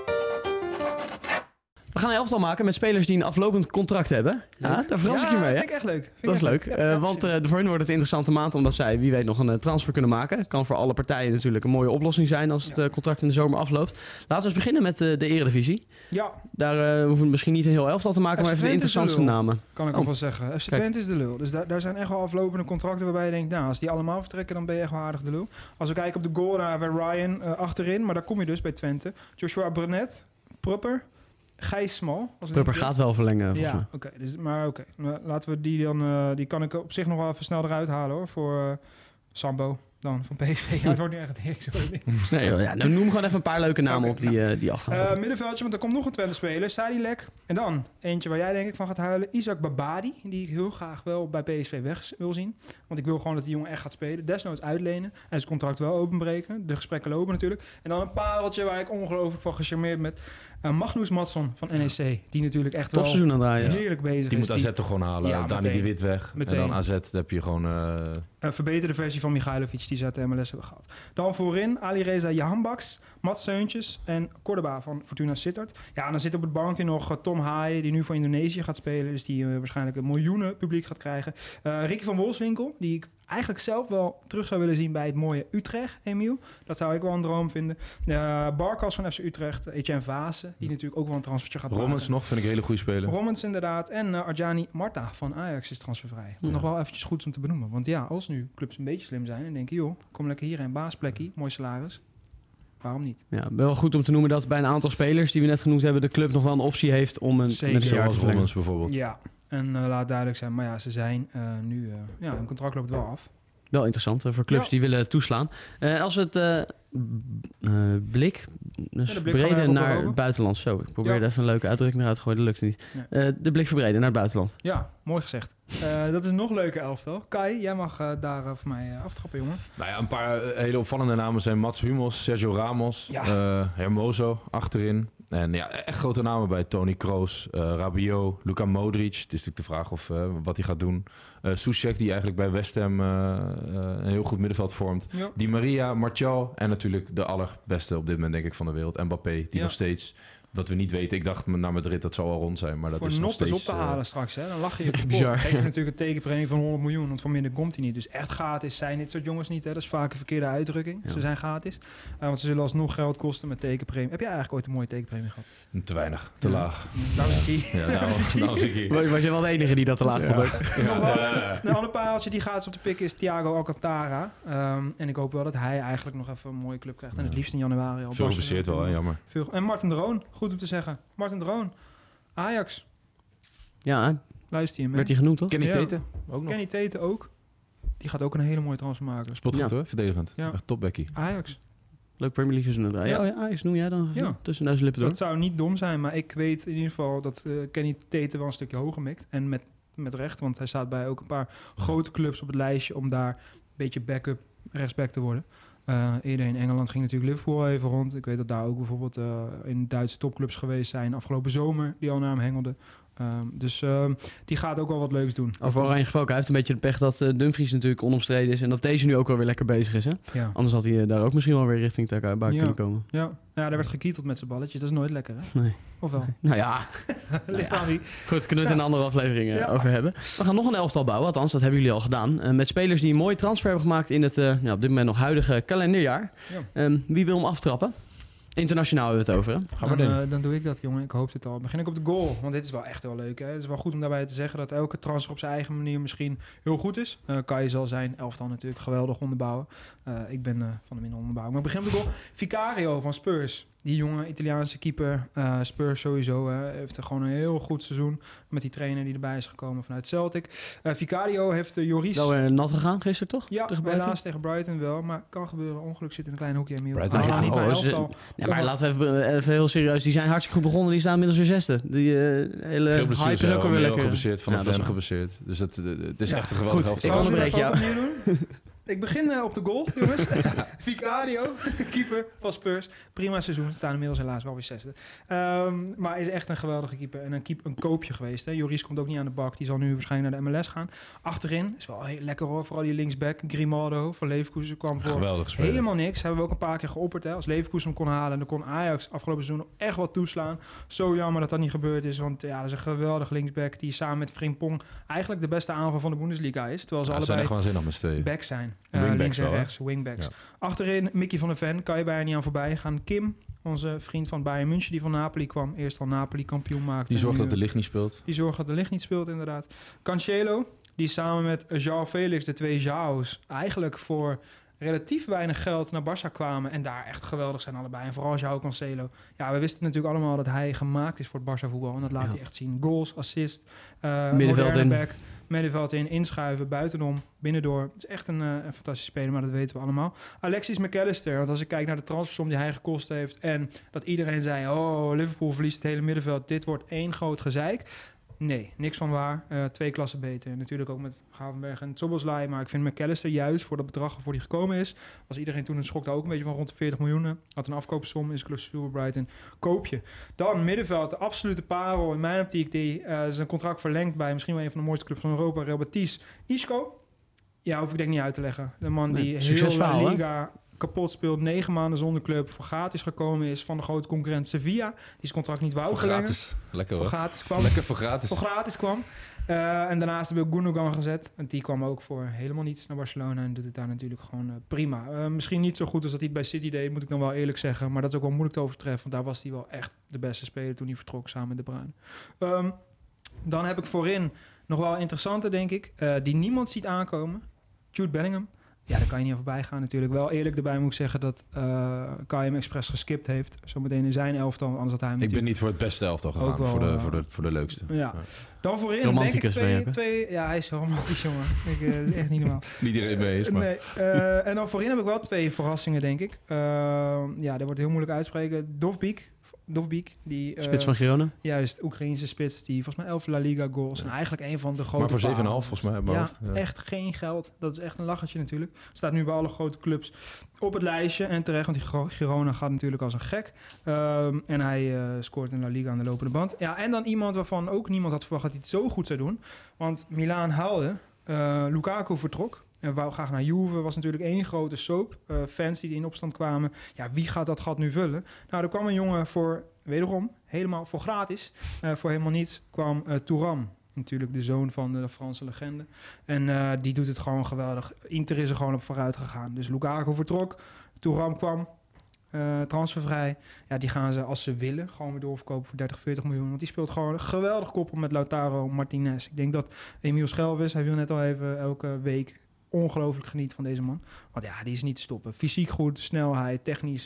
We gaan een elftal maken met spelers die een aflopend contract hebben. Ja, daar verras ja, ik je mee, hè? vind ik echt leuk. Vind Dat is leuk, leuk. uh, Ja, ja, want uh, voor hun wordt het een interessante maand... omdat zij, wie weet, nog een uh, transfer kunnen maken. Kan voor alle partijen natuurlijk een mooie oplossing zijn... als het uh, contract in de zomer afloopt. Laten we eens beginnen met uh, de Eredivisie. Ja. Daar uh, hoeven we misschien niet een heel elftal te maken... maar even de interessantste namen. Kan ik oh. alvast zeggen. F C Twente is de lul. Dus daar, daar zijn echt wel aflopende contracten... waarbij je denkt, nou, als die allemaal vertrekken... dan ben je echt wel aardig de lul. Als we kijken op de goal, dan hebben we Ryan uh, achterin... maar daar kom je dus bij Twente. Joshua Brunet, Prupper... Gijs Smal. Prupper gaat wel verlengen, volgens ja, mij. oké. Okay, dus, maar oké. Okay. Laten we die dan... Uh, die kan ik op zich nog wel even snel eruit halen, hoor. Voor uh, Sambo dan, van P S V. Ja, het wordt nu echt heerlijk zo. Nee, ja, nou, noem gewoon even een paar leuke namen okay, op die, nou. uh, die afgaan. Uh, middenveldje, want er komt nog een Twente-speler. Sadilek. En dan eentje waar jij denk ik van gaat huilen. Isaac Babadi. Die ik heel graag wel bij P S V weg wil zien. Want ik wil gewoon dat die jongen echt gaat spelen. Desnoods uitlenen. En zijn contract wel openbreken. De gesprekken lopen natuurlijk. En dan een pareltje waar ik ongelooflijk van gecharmeerd ben. Uh, Magnus Madsson van N E C. Die natuurlijk echt wel aan het draaien. heerlijk bezig die is. Die moet A Z toch gewoon halen. Ja, Dani die Wit weg. Meteen. En dan A Z heb je gewoon... Uh... Een verbeterde versie van Michailovic die ze uit de M L S hebben gehad. Dan voorin Alireza Jahanbaks, Mats Seuntjes en Cordoba van Fortuna Sittard. Ja, en dan zit op het bankje nog Tom Haaien, die nu voor Indonesië gaat spelen. Dus die uh, waarschijnlijk een miljoenen publiek gaat krijgen. Uh, Ricky van Wolfswinkel, die ik eigenlijk zelf wel terug zou willen zien bij het mooie Utrecht, Emiel. Dat zou ik wel een droom vinden. Uh, Barkas van F C Utrecht, Etienne Vaassen, die natuurlijk ook wel een transfertje gaat maken. Rommens nog, vind ik een hele goede speler. Rommens inderdaad. En uh, Arjani Marta van Ajax is transfervrij. Ja. Nog wel eventjes goed om te benoemen. Want ja, als nu clubs een beetje slim zijn en denken, joh, kom lekker hier een baasplekje, mooi salaris. Waarom niet? Ja, wel goed om te noemen dat bij een aantal spelers die we net genoemd hebben, de club nog wel een optie heeft om een Zeker. met een jaar te verlengen. Rommens bijvoorbeeld. Ja, en uh, laat duidelijk zijn, maar ja, ze zijn uh, nu, uh, ja, hun contract loopt wel af. Wel interessant uh, voor clubs ja. die willen toeslaan. Uh, als we het uh, uh, blik, dus ja, blik verbreden naar het buitenland. Zo, ik probeer ja. er even een leuke uitdrukking eruit te gooien, dat lukt niet. Ja. Uh, de blik verbreden naar het buitenland. Ja, mooi gezegd. Uh, dat is een nog leuker elftal. Kai, jij mag uh, daar uh, voor mij uh, aftrappen, jongen. Nou ja, een paar uh, hele opvallende namen zijn Mats Hummels, Sergio Ramos, ja. uh, Hermoso achterin. En ja, echt grote namen bij Toni Kroos, uh, Rabiot, Luka Modric. Het is natuurlijk de vraag of, uh, wat hij gaat doen. Uh, Soucek, die eigenlijk bij West Ham uh, uh, een heel goed middenveld vormt. Ja. Di Maria, Martial en natuurlijk de allerbeste op dit moment denk ik van de wereld. Mbappé, die ja. nog steeds... Dat we niet weten. Ik dacht naar Madrid, dat zou al rond zijn. Maar dat voor is nog steeds... op te halen uh, straks. Hè? Dan lach je je kapot. Dan geef je natuurlijk een tekenpremie van honderd miljoen. Want van minder komt hij niet. Dus echt gratis zijn dit soort jongens niet. Hè? Dat is vaak een verkeerde uitdrukking. Ja. Ze zijn gratis. Uh, want ze zullen alsnog geld kosten met tekenpremie. Heb jij eigenlijk ooit een mooie tekenpremie gehad? Te weinig. Te ja. laag. Daar was ik hier. Ja, daar was, daar was ik hier. Was je wel de enige die dat te laag ja. vond? Ja. Ja. Een ander paaltje die gaat op de pik is Thiago Alcantara. Um, en ik hoop wel dat hij eigenlijk nog even een mooie club krijgt. En het liefst in januari al. Veel geblesseerd wel, hè? Jammer. Veel. En Martin Droon, goed om te zeggen. Martin Droon, Ajax. Ja, luister je mee. Werd hij genoemd, toch? Kenny ja. Tete ook nog. Kenny Tete ook. Die gaat ook een hele mooie transfer maken. Speelt goed, ja. hoor. Verdedigend. Ja. Echt topbackie. Ajax. Leuk Premier League seizoen draaien. Ja. Ja, ja, Ajax noem jij dan even Ja. tussen neus en lippen door. Dat zou niet dom zijn, maar ik weet in ieder geval dat uh, Kenny Tete wel een stukje hoger mikt. En met, met recht, want hij staat bij ook een paar grote clubs op het lijstje om daar een beetje backup rechtsback te worden. Uh, eerder in Engeland ging natuurlijk Liverpool even rond. Ik weet dat daar ook bijvoorbeeld uh, in Duitse topclubs geweest zijn afgelopen zomer die al naar hem hengelden. Um, dus uh, die gaat ook wel wat leuks doen. Over Oranje gesproken, hij heeft een beetje de pech dat uh, Dumfries natuurlijk onomstreden is en dat deze nu ook wel weer lekker bezig is. Hè? Ja. Anders had hij uh, daar ook misschien wel weer richting Takaba Ja. kunnen komen. Ja. ja, daar werd gekieteld met zijn balletjes. Dat is nooit lekker, hè? Nee. Of wel? Nou ja, nou ja. Goed, kunnen we het in een andere aflevering uh, Ja. over hebben. We gaan nog een elftal bouwen, althans dat hebben jullie al gedaan. Uh, met spelers die een mooie transfer hebben gemaakt in het uh, ja, op dit moment nog huidige kalenderjaar. Ja. Um, wie wil hem aftrappen? Internationaal hebben we het over, hè? Gaan we Dan, doen. uh, dan doe ik dat, jongen. Ik hoop het al. Begin ik op de goal, want dit is wel echt wel leuk. Hè? Het is wel goed om daarbij te zeggen dat elke transfer op zijn eigen manier misschien heel goed is. Uh, kan je zal zijn elftal natuurlijk geweldig onderbouwen. Uh, ik ben uh, van de minder onderbouwen. Maar ik begin op de goal. Vicario van Spurs. Die jonge Italiaanse keeper. Uh, Spurs sowieso. Uh, heeft er gewoon een heel goed seizoen met die trainer die erbij is gekomen vanuit Celtic. Uh, Vicario heeft uh, Joris... Wel weer nat gegaan gisteren, toch? Ja, tegen Brighton? helaas tegen Brighton wel. Maar kan gebeuren. Ongeluk zit in een klein hoekje. Emiel. Brighton, Ah, ja, niet oh, bij ze- elftal. Ja, maar laten we even, even heel serieus. Die zijn hartstikke goed begonnen. Die staan inmiddels weer zesde. Die uh, hele Veel hype blessures, is ook alweer lekker. geblesseerd, Van Ja, de dat is Ven waar. geblesseerd. Dus het, het is Ja, echt een geweldige goed. elftal. Ik Zal ik onderbreek het jou. even opnieuw doen? Ik begin uh, op de goal, jongens. Vicario, keeper van Spurs. Prima seizoen. Staan inmiddels helaas wel weer zesde. Um, maar is echt een geweldige keeper. En een, keep, een koopje geweest. Hè. Joris komt ook niet aan de bak. Die zal nu waarschijnlijk naar de M L S gaan. Achterin is wel heel lekker hoor. Vooral die linksback. Grimaldo van Leverkusen kwam voor Geweldig speler. helemaal niks. Hebben we ook een paar keer geopperd. Hè. Als Leverkusen hem kon halen. En dan kon Ajax afgelopen seizoen echt wat toeslaan. Zo jammer dat dat niet gebeurd is. Want ja, dat is een geweldig linksback. Die samen met Frimpong eigenlijk de beste aanval van de Bundesliga is. Terwijl ze Ja, ze zijn allebei echt waanzinnig met z'n tweeën. backs zijn. Uh, Wingbacks links en wel, hè? rechts, wingbacks. Ja. Achterin Mickey van der Ven, kan je bijna niet aan voorbij gaan. Kim, onze vriend van Bayern München, die van Napoli kwam. Eerst al Napoli kampioen maakte. Die en zorgt nu, dat de licht niet speelt. Die zorgt dat de licht niet speelt, inderdaad. Cancelo, die samen met João Felix, de twee João's, eigenlijk voor relatief weinig geld naar Barça kwamen en daar echt geweldig zijn allebei. En vooral João Cancelo. Ja, we wisten natuurlijk allemaal dat hij gemaakt is voor het Barça voetbal. En dat laat Ja. hij echt zien. Goals, assist, uh, Middenveld moderne in. back, middenveld in, inschuiven, buitenom, binnendoor. Het is echt een, uh, een fantastische speler, maar dat weten we allemaal. Alexis McAllister, want als ik kijk naar de transfersom die hij gekost heeft en dat iedereen zei, oh, Liverpool verliest het hele middenveld, dit wordt één groot gezeik. Nee, niks van waar. Uh, twee klassen beter. Natuurlijk ook met Gravenberg en Szoboszlai. Maar ik vind McAllister juist voor dat bedrag waarvoor hij gekomen is. Was iedereen toen een schok daar ook een beetje van rond de veertig miljoen. Had een afkoopsom, is clausule Brighton. Koop je. Dan middenveld, de absolute parel in mijn optiek. Die uh, zijn contract verlengt bij misschien wel een van de mooiste clubs van Europa. Real Betis. Isco. Ja, hoef ik denk niet uit te leggen. De man Nee, die heel succesverhaal, La hè? Liga kapot speelt. Negen maanden zonder club. Voor gratis gekomen is van de grote concurrent Sevilla. Die zijn contract niet wou Voor verlengen. gratis. Lekker Voor hoor. gratis kwam. Lekker voor gratis. Voor gratis kwam. Uh, en daarnaast hebben we Gundogan gezet. En die kwam ook voor helemaal niets naar Barcelona. En doet het daar natuurlijk gewoon uh, prima. Uh, misschien niet zo goed als dat hij het bij City deed, moet ik dan wel eerlijk zeggen. Maar dat is ook wel moeilijk te overtreffen. Want daar was hij wel echt de beste speler toen hij vertrok samen met De Bruyne. Um, dan heb ik voorin nog wel interessante, denk ik. Uh, die niemand ziet aankomen. Jude Bellingham. Ja, daar kan je niet aan voorbij gaan natuurlijk. Wel eerlijk erbij moet ik zeggen dat uh, K M Express geskipt heeft. Zometeen in zijn elftal, anders had hij hem Ik ben natuurlijk... niet voor het beste elftal Ook gegaan. wel, Voor de, uh, voor, de, voor de leukste. Ja. Dan voorin Romanticus denk ben je ik ook, twee, hè? twee... Ja, hij is zo romantisch, jongen. Ik, uh, dat is echt niet normaal. Niet iedereen mee is, maar... Nee, uh, en dan voorin heb ik wel twee verrassingen, denk ik. Uh, ja, dat wordt heel moeilijk uitspreken. Dovbik. Dovbik, die... Uh, Spits van Girona. Juist, Oekraïnse spits, die volgens mij elf La Liga goals. En eigenlijk een van de grote... Maar voor zeven komma palen. vijf volgens mij. uit mijn Ja, hoofd. Ja. echt geen geld. Dat is echt een lachertje natuurlijk. Staat nu bij alle grote clubs op het lijstje. En terecht, want die Giro- Girona gaat natuurlijk als een gek. Um, en hij uh, scoort in La Liga aan de lopende band. Ja, en dan iemand waarvan ook niemand had verwacht dat hij het zo goed zou doen. Want Milaan haalde. Uh, Lukaku vertrok. En wou graag naar Juve. Was natuurlijk één grote soap. Uh, fans die in opstand kwamen. Ja, wie gaat dat gat nu vullen? Nou, er kwam een jongen voor, wederom, helemaal voor gratis. Uh, voor helemaal niets kwam uh, Thuram. Natuurlijk de zoon van de Franse legende. En uh, die doet het gewoon geweldig. Inter is er gewoon op vooruit gegaan. Dus Lukaku vertrok. Thuram kwam. Uh, transfervrij. Ja, die gaan ze als ze willen gewoon weer doorverkopen voor dertig, veertig miljoen. Want die speelt gewoon een geweldig koppel met Lautaro Martinez. Ik denk dat Emiel Schelvis, hij wil net al even elke week ongelooflijk genieten van deze man. Want ja, die is niet te stoppen. Fysiek goed, snelheid, technisch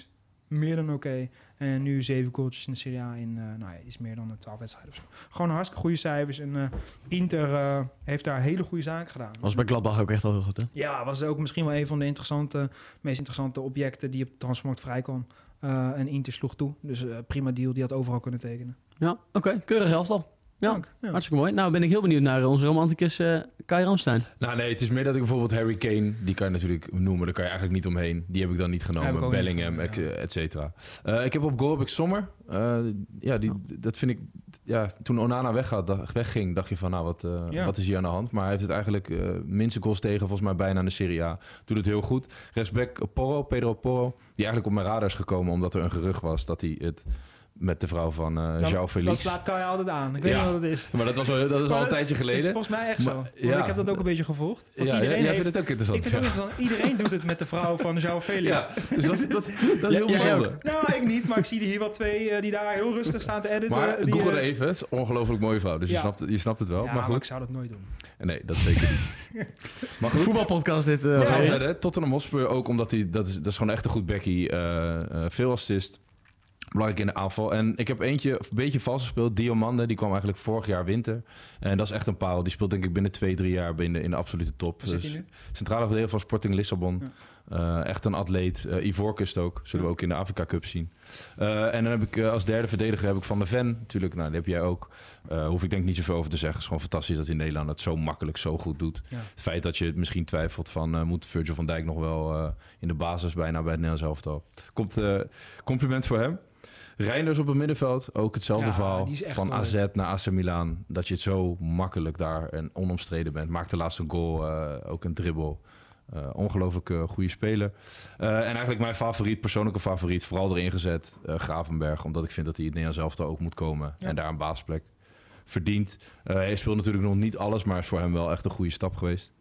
meer dan oké. Okay. En nu zeven goaltjes in de Serie A in uh, nou ja, iets meer dan twaalf wedstrijden of zo. Gewoon hartstikke goede cijfers. En uh, Inter uh, heeft daar hele goede zaken gedaan. Was bij Gladbach ook echt al heel goed, hè? Ja, was ook misschien wel een van de interessante, meest interessante objecten die op de transfermarkt vrij kwam. Uh, en Inter sloeg toe. Dus uh, prima deal, die had overal kunnen tekenen. Ja, oké. Okay. Keurig elftal. Ja, Dank, ja, hartstikke mooi. Nou ben ik heel benieuwd naar onze romanticus uh, Kai Ramstein. Nou nee, het is meer dat ik bijvoorbeeld Harry Kane, die kan je natuurlijk noemen, daar kan je eigenlijk niet omheen. Die heb ik dan niet genomen. Bellingham, niet genomen, ja. et cetera. Uh, ik heb op goal heb ik Sommer. Uh, ja, die, dat vind ik... Ja, toen Onana weggaat, dacht, wegging, dacht je van, nou, wat, uh, ja. wat is hier aan de hand? Maar hij heeft het eigenlijk uh, minste goals tegen, volgens mij bijna in de Serie A. Doet het heel goed. Rechtsback Porro, Pedro Porro, die eigenlijk op mijn radar is gekomen omdat er een gerucht was dat hij het... met de vrouw van uh, dat, João Felix. Dat slaat Kai altijd aan. Ik weet ja. niet wat het is. Maar dat, was al, dat is al een tijdje geleden. Dat is volgens mij echt maar, zo. Ja. Ik heb dat ook een beetje gevolgd. Ja, iedereen jij heeft, vindt het ook interessant. Ik vind het ja. ook interessant. Iedereen doet het met de vrouw van João Felix. Ja, dus dat, dat, dat is heel ja, bijzonder. Nou, ik niet. Maar ik zie hier wel twee uh, die daar heel rustig staan te editen. Maar die, Google uh, even. Het is een ongelooflijk mooie vrouw. Dus ja. je, snapt, je snapt het wel. Ja, maar goed. Maar ik zou dat nooit doen. Nee, dat zeker niet. Maar goed. Voetbalpodcast dit. Uh, We gaan verder. Tottenham Hotspur ook omdat hij... Dat is, dat is gewoon echt een goed backie. Uh, uh, veel assist. Belangrijk in de aanval. En ik heb eentje een beetje vals gespeeld. Diomande, die kwam eigenlijk vorig jaar winter. En dat is echt een parel. Die speelt denk ik binnen twee, drie jaar binnen in de absolute top. Zit hij nu? Centrale verdediger van Sporting Lissabon. Ja. Uh, echt een atleet. Uh, Ivoorkust ook. Zullen ja. we ook in de Afrika Cup zien. Uh, en dan heb ik uh, als derde verdediger heb ik Van der Ven. Natuurlijk, nou, die heb jij ook. Uh, hoef ik denk niet zoveel over te zeggen. Het is gewoon fantastisch dat hij in Nederland het zo makkelijk, zo goed doet. Ja. Het feit dat je misschien twijfelt van... Uh, moet Virgil van Dijk nog wel uh, in de basis bijna bij het Nederlands elftal. Komt uh, compliment voor hem. Reinders op het middenveld, ook hetzelfde ja, verhaal. Van A Z leuk. Naar A C Milan. Dat je het zo makkelijk daar en onomstreden bent. Maakt de laatste goal, uh, ook een dribbel. Uh, ongelooflijk uh, goede speler. Uh, en eigenlijk mijn favoriet, persoonlijke favoriet, vooral erin gezet, uh, Gravenberg. Omdat ik vind dat hij in het Nederlands elftal ook moet komen. Ja. En daar een basisplek verdient. Uh, hij speelt natuurlijk nog niet alles, maar is voor hem wel echt een goede stap geweest.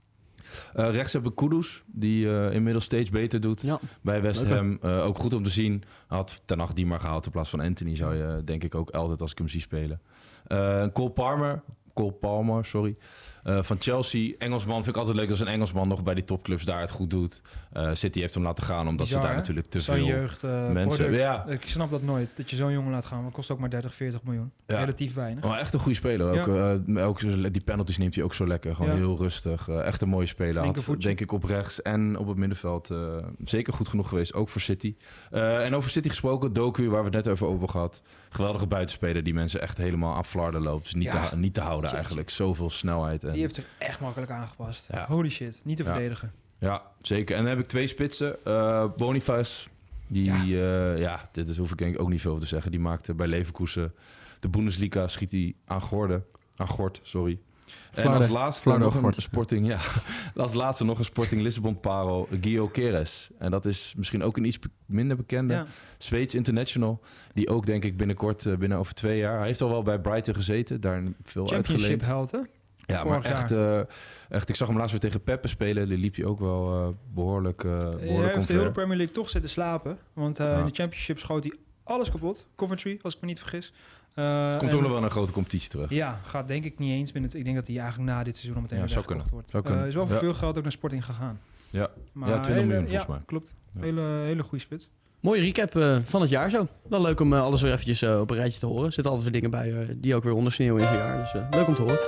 Uh, rechts hebben we Kudus, die uh, inmiddels steeds beter doet ja. bij West Ham. Uh, ook goed om te zien. Had Ten Hag die maar gehaald in plaats van Anthony, zou je denk ik ook altijd als ik hem zie spelen. Uh, Cole Palmer, Cole Palmer, sorry. Uh, van Chelsea, Engelsman, vind ik altijd leuk als een Engelsman nog bij die topclubs daar het goed doet. Uh, City heeft hem laten gaan, omdat Bizar, ze daar hè? natuurlijk te zo'n veel jeugd, uh, mensen... Ja. Ik snap dat nooit, dat je zo'n jongen laat gaan. Maar het kost ook maar dertig, veertig miljoen. Ja. Relatief weinig. Maar echt een goede speler. Ook, ja. uh, ook die penalties neemt hij ook zo lekker. Gewoon ja. heel rustig. Uh, echt een mooie speler. Had, denk ik op rechts en op het middenveld uh, zeker goed genoeg geweest. Ook voor City. Uh, en over City gesproken, Doku, waar we het net over over gehad. Geweldige buitenspeler die mensen echt helemaal aan flarden loopt. Dus niet, ja. te, niet te houden eigenlijk. Zoveel snelheid. En... Die heeft zich echt makkelijk aangepast. Ja. Holy shit. Niet te ja. verdedigen. Ja, zeker. En dan heb ik twee spitsen. Uh, Boniface. Die, ja. Uh, ja, dit is, hoef ik denk ik ook niet veel over te zeggen. Die maakte bij Leverkusen de Bundesliga, schiet hij aan Gorde. Aan Gort, sorry. Vlaarde, en als laatste nog een Gort. Sporting, ja, als laatste nog een Sporting Lissabon parel, Guillaume Keres. En dat is misschien ook een iets be- minder bekende ja. Zweeds international, die ook denk ik binnenkort, uh, binnen over twee jaar, hij heeft al wel bij Brighton gezeten, daar veel uitgeleend. Championship held, hè? Ja, maar echt, uh, echt, ik zag hem laatst weer tegen Peppe spelen. Die liep hij ook wel uh, behoorlijk, uh, behoorlijk omver. Hij heeft de hele Premier League toch zitten slapen. Want uh, ja. in de Championship schoot hij alles kapot. Coventry, als ik me niet vergis. Uh, komt ook nog wel een grote competitie terug. Ja, gaat denk ik niet eens binnen. Het, ik denk dat hij eigenlijk na dit seizoen al meteen ja, weer weggekocht wordt. Zou kunnen. Uh, is wel voor ja. veel geld ook naar Sporting gegaan. Ja, maar ja twintig miljoen volgens ja, mij. Klopt. Ja. Hele, hele goede spits. Mooie recap uh, van het jaar zo. Wel leuk om uh, alles weer eventjes uh, op een rijtje te horen. Er zitten altijd weer dingen bij uh, die ook weer ondersneeuwen in het jaar. Dus uh, leuk om te horen.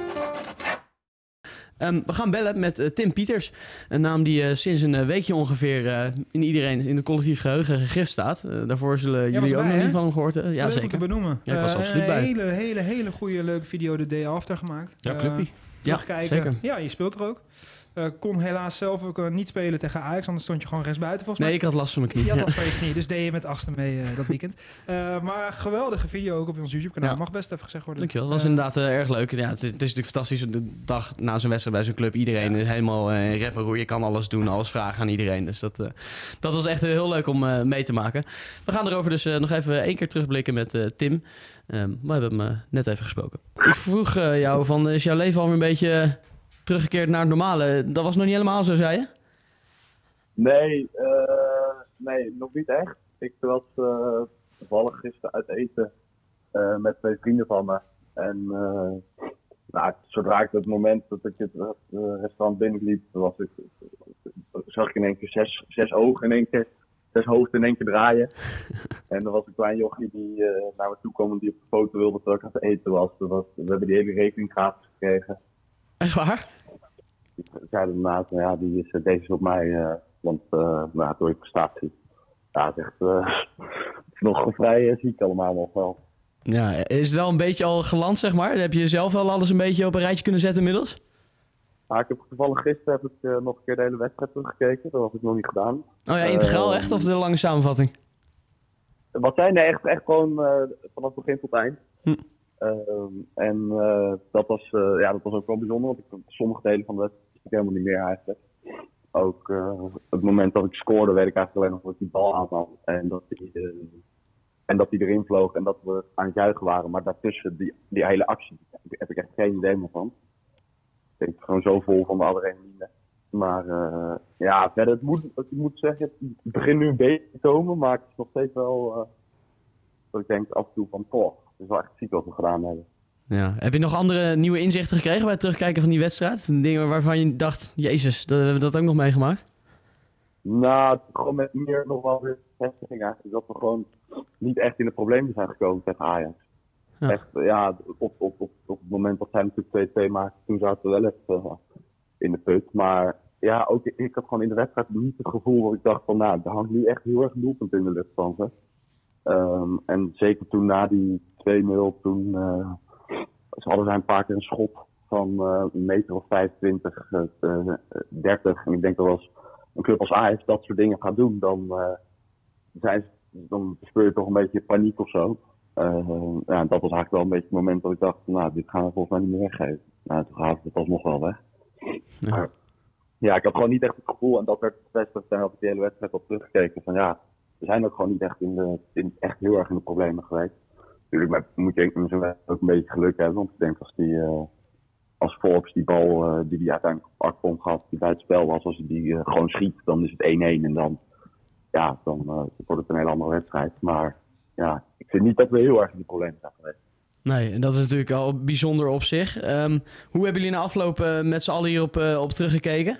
Um, we gaan bellen met uh, Tim Pieters. Een naam die uh, sinds een uh, weekje ongeveer uh, in iedereen in het collectief geheugen gegrift staat. Uh, daarvoor zullen jullie bij, ook nog hè? niet van hem gehoord hebben. Ja, leuk zeker. om te benoemen. Ja, ik was uh, absoluut een bij. Een hele, hele, hele goede leuke video de day after gemaakt. Ja, clubpie. Uh, ja, zeker. Ja, je speelt er ook. Uh, kon helaas zelf ook uh, niet spelen tegen Ajax, anders stond je gewoon rechtsbuiten volgens mij. Nee, ik had last van mijn knie. Je had ja. last van je knie, dus deed je met achtste mee uh, dat weekend. Uh, maar geweldige video ook op ons YouTube-kanaal. Ja. Mag best even gezegd worden. Dankjewel, dat was uh, inderdaad uh, erg leuk. Ja, het, is, het is natuurlijk fantastisch, de dag na zo'n wedstrijd bij zo'n club. Iedereen ja. is helemaal uh, rep en roer. Je kan alles doen, alles vragen aan iedereen. Dus dat, uh, dat was echt uh, heel leuk om uh, mee te maken. We gaan erover dus uh, nog even één keer terugblikken met uh, Tim. Um, we hebben hem uh, net even gesproken. Ik vroeg uh, jou, van, is jouw leven alweer een beetje... Uh, teruggekeerd naar het normale. Dat was nog niet helemaal zo, zei je? Nee, uh, nee, nog niet echt. Ik was uh, toevallig gisteren uit eten uh, met twee vrienden van me. En uh, nou, zodra ik het moment dat ik het uh, restaurant binnenliep, was ik, zag ik in één keer zes, zes ogen in één keer zes hoofden in één keer draaien. En er was een klein jochie die uh, naar me toe kwam en die op de foto wilde dat ik aan het eten was. was. We hebben die hele rekening gratis gekregen. Echt waar? Die zeiden daarnaast, nou ja, die is, deze is op mij, uh, want uh, nou, door je prestatie. Ja, het is echt uh, het is nog vrij uh, ziek allemaal nog wel. Ja, is het wel een beetje al geland, zeg maar? Heb je zelf wel alles een beetje op een rijtje kunnen zetten inmiddels? Ah, ik heb toevallig gisteren heb ik, uh, nog een keer de hele wedstrijd teruggekeken. Dat had ik nog niet gedaan. Oh ja, integraal uh, echt? Of de lange samenvatting? Wat zijn? Nee, echt, echt gewoon uh, vanaf begin tot eind. Hm. Uh, en uh, dat, was, uh, ja, dat was ook wel bijzonder, want ik, sommige delen van de wedstrijd wist ik helemaal niet meer eigenlijk. Ook uh, op het moment dat ik scoorde, weet ik eigenlijk alleen nog dat ik die bal aannam. En dat die, uh, en dat die erin vloog en dat we aan het juichen waren. Maar daartussen, die, die hele actie, heb ik echt geen idee meer van. Ik denk gewoon zo vol van de adrenaline. Maar uh, ja, verder, het moet, ik moet zeggen, het begint nu een beetje te komen, maar het is nog steeds wel, uh, dat ik denk af en toe van, toch, het is wel echt ziek wat we gedaan hebben. Ja. Heb je nog andere nieuwe inzichten gekregen bij het terugkijken van die wedstrijd? Dingen waarvan je dacht, jezus, dat hebben we dat ook nog meegemaakt? Nou, gewoon met meer nog wel weer bevestiging eigenlijk, dat we gewoon niet echt in de problemen zijn gekomen tegen Ajax. Ja. Echt, ja, op, op, op, op het moment dat zij natuurlijk twee-twee maakten, toen zaten we wel echt uh, in de put. Maar ja, ook ik had gewoon in de wedstrijd niet het gevoel dat ik dacht van, nou, er hangt nu echt heel erg een doelpunt in de lucht van ze. Um, en zeker toen na die twee nul, toen uh, ze hadden zij een paar keer een schot van uh, een meter of vijfentwintig, uh, dertig. En ik denk dat als een club als Ajax dat soort dingen gaat doen, dan, uh, zijn ze, dan speur je toch een beetje paniek of zo. Uh, ja, dat was eigenlijk wel een beetje het moment dat ik dacht, nou, dit gaan we volgens mij niet meer weggeven. Nou, toen gaven we het alsnog wel weg. Ja. Maar, ja, ik had gewoon niet echt het gevoel, en dat werd bevestigd, en had ik de hele wedstrijd op teruggekeken, van ja, we zijn ook gewoon niet echt, in de, in, echt heel erg in de problemen geweest. Natuurlijk moet je in zo'n wedstrijd ook een beetje geluk hebben, want ik denk als die, uh, als Forbes die bal uh, die hij uiteindelijk op Akpom gaf, die bij het spel was, als hij die uh, gewoon schiet, dan is het één-één en dan, ja, dan uh, wordt het een hele andere wedstrijd. Maar ja, ik vind niet dat we heel erg in de problemen zijn geweest. Nee, en dat is natuurlijk al bijzonder op zich. Um, hoe hebben jullie na afloop uh, met z'n allen hierop uh, op teruggekeken?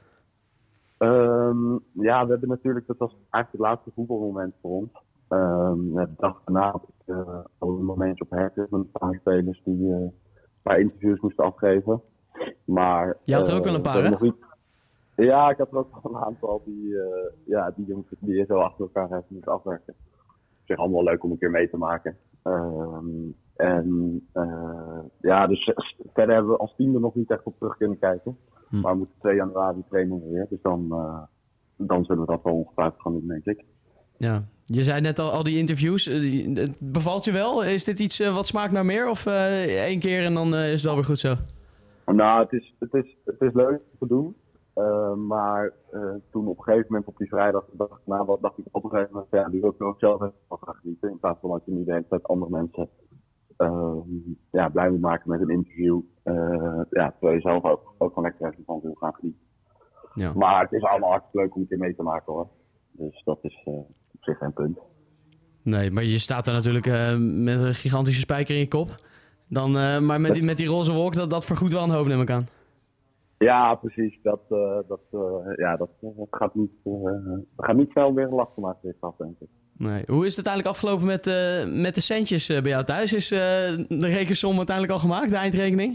Um, ja, we hebben natuurlijk, dat was eigenlijk het laatste voetbalmoment voor ons. Um, de dag daarna had ik uh, al een momentje op herten met een paar spelers die uh, een paar interviews moesten afgeven. Maar, je had er uh, ook wel een paar, hè? Niet... Ja, ik had er ook wel een aantal die, uh, ja, die, die, die je zo achter elkaar hebt moeten afwerken. Op zich allemaal leuk om een keer mee te maken. Um, en uh, ja, dus verder hebben we als team er nog niet echt op terug kunnen kijken. Hm. Maar we moeten twee januari trainen weer. Dus dan, uh, dan zullen we dat wel ongetwijfeld gaan doen, denk ik. Ja, je zei net al, al die interviews. Uh, het bevalt je wel? Is dit iets uh, wat smaakt naar meer? Of uh, één keer en dan uh, is het wel weer goed zo? Nou, het is, het is, het is leuk te doen. Uh, maar uh, toen op een gegeven moment op die vrijdag dacht, nou, wat dacht ik op een gegeven moment, ja, die wil ik ook zelf even van gaan genieten. In plaats van dat je niet de hele tijd andere mensen uh, ja, blij moet maken met een interview. Uh, ja, terwijl je zelf ook, ook gewoon lekker van wil gaan genieten. Ja. Maar het is allemaal hartstikke leuk om een keer mee te maken, hoor. Dus dat is uh, op zich geen punt. Nee, maar je staat daar natuurlijk uh, met een gigantische spijker in je kop. Dan, uh, maar met die, met die roze wolk, dat, dat vergoedt wel een hoop, neem ik aan. Ja, precies. Dat, uh, dat, uh, ja, dat, dat, gaat niet, uh, dat gaat niet snel weer een last van maken, dit af, denk ik. Nee. Hoe is het uiteindelijk afgelopen met, uh, met de centjes uh, bij jou thuis? Is uh, de rekensom uiteindelijk al gemaakt, de eindrekening?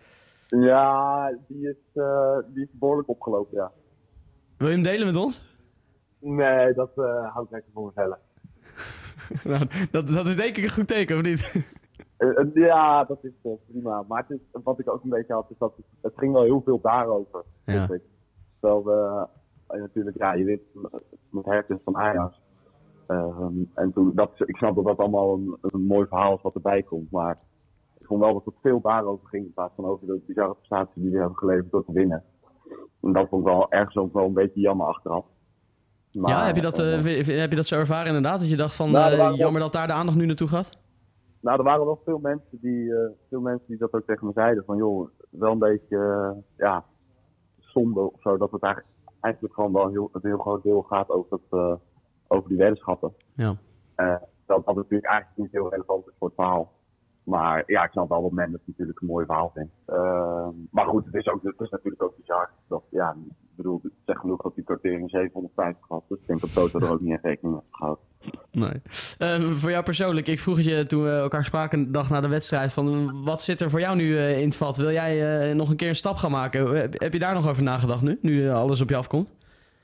Ja, die is, uh, die is behoorlijk opgelopen, ja. Wil je hem delen met ons? Nee, dat uh, hou ik lekker voor mezelf. nou, dat, dat is denk ik een goed teken, of niet? Uh, ja, dat is uh, prima. Maar het is, wat ik ook een beetje had, is dat het, het ging wel heel veel daarover. Ja. Terwijl we uh, natuurlijk, ja, je weet, met herten van Ajax. Um, en toen, dat, ik snap dat dat allemaal een, een mooi verhaal is wat erbij komt. Maar ik vond wel dat het veel daarover ging, in plaats van over de bizarre prestatie die we hebben geleverd door te winnen. En dat vond ik wel ergens ook wel een beetje jammer achteraf. Maar, ja, heb je, dat, uh, uh, heb je dat zo ervaren inderdaad? Dat je dacht van, nou, uh, jammer wel... dat daar de aandacht nu naartoe gaat? Nou, er waren wel veel mensen die, uh, veel mensen die dat ook tegen me zeiden. Van joh, wel een beetje, uh, ja, zonde of zo. Dat het eigenlijk, eigenlijk gewoon wel een heel, een heel groot deel gaat over, het, uh, over die weddenschappen. Ja. Uh, dat dat natuurlijk eigenlijk niet heel relevant is voor het verhaal. Maar ja, ik snap wel dat men het natuurlijk een mooi verhaal vindt. Uh, maar goed, het is, ook, het is natuurlijk ook bizar. Dat, ja, Ik bedoel, het zegt genoeg dat die quotering zevenhonderdvijftig had. Dus ik denk dat Toto er ook niet echt rekening mee heeft gehouden. Nee. Um, voor jou persoonlijk, ik vroeg het je toen we elkaar spraken een dag na de wedstrijd van wat zit er voor jou nu uh, in het vat? Wil jij uh, nog een keer een stap gaan maken? Heb, heb je daar nog over nagedacht nu, nu uh, alles op je afkomt?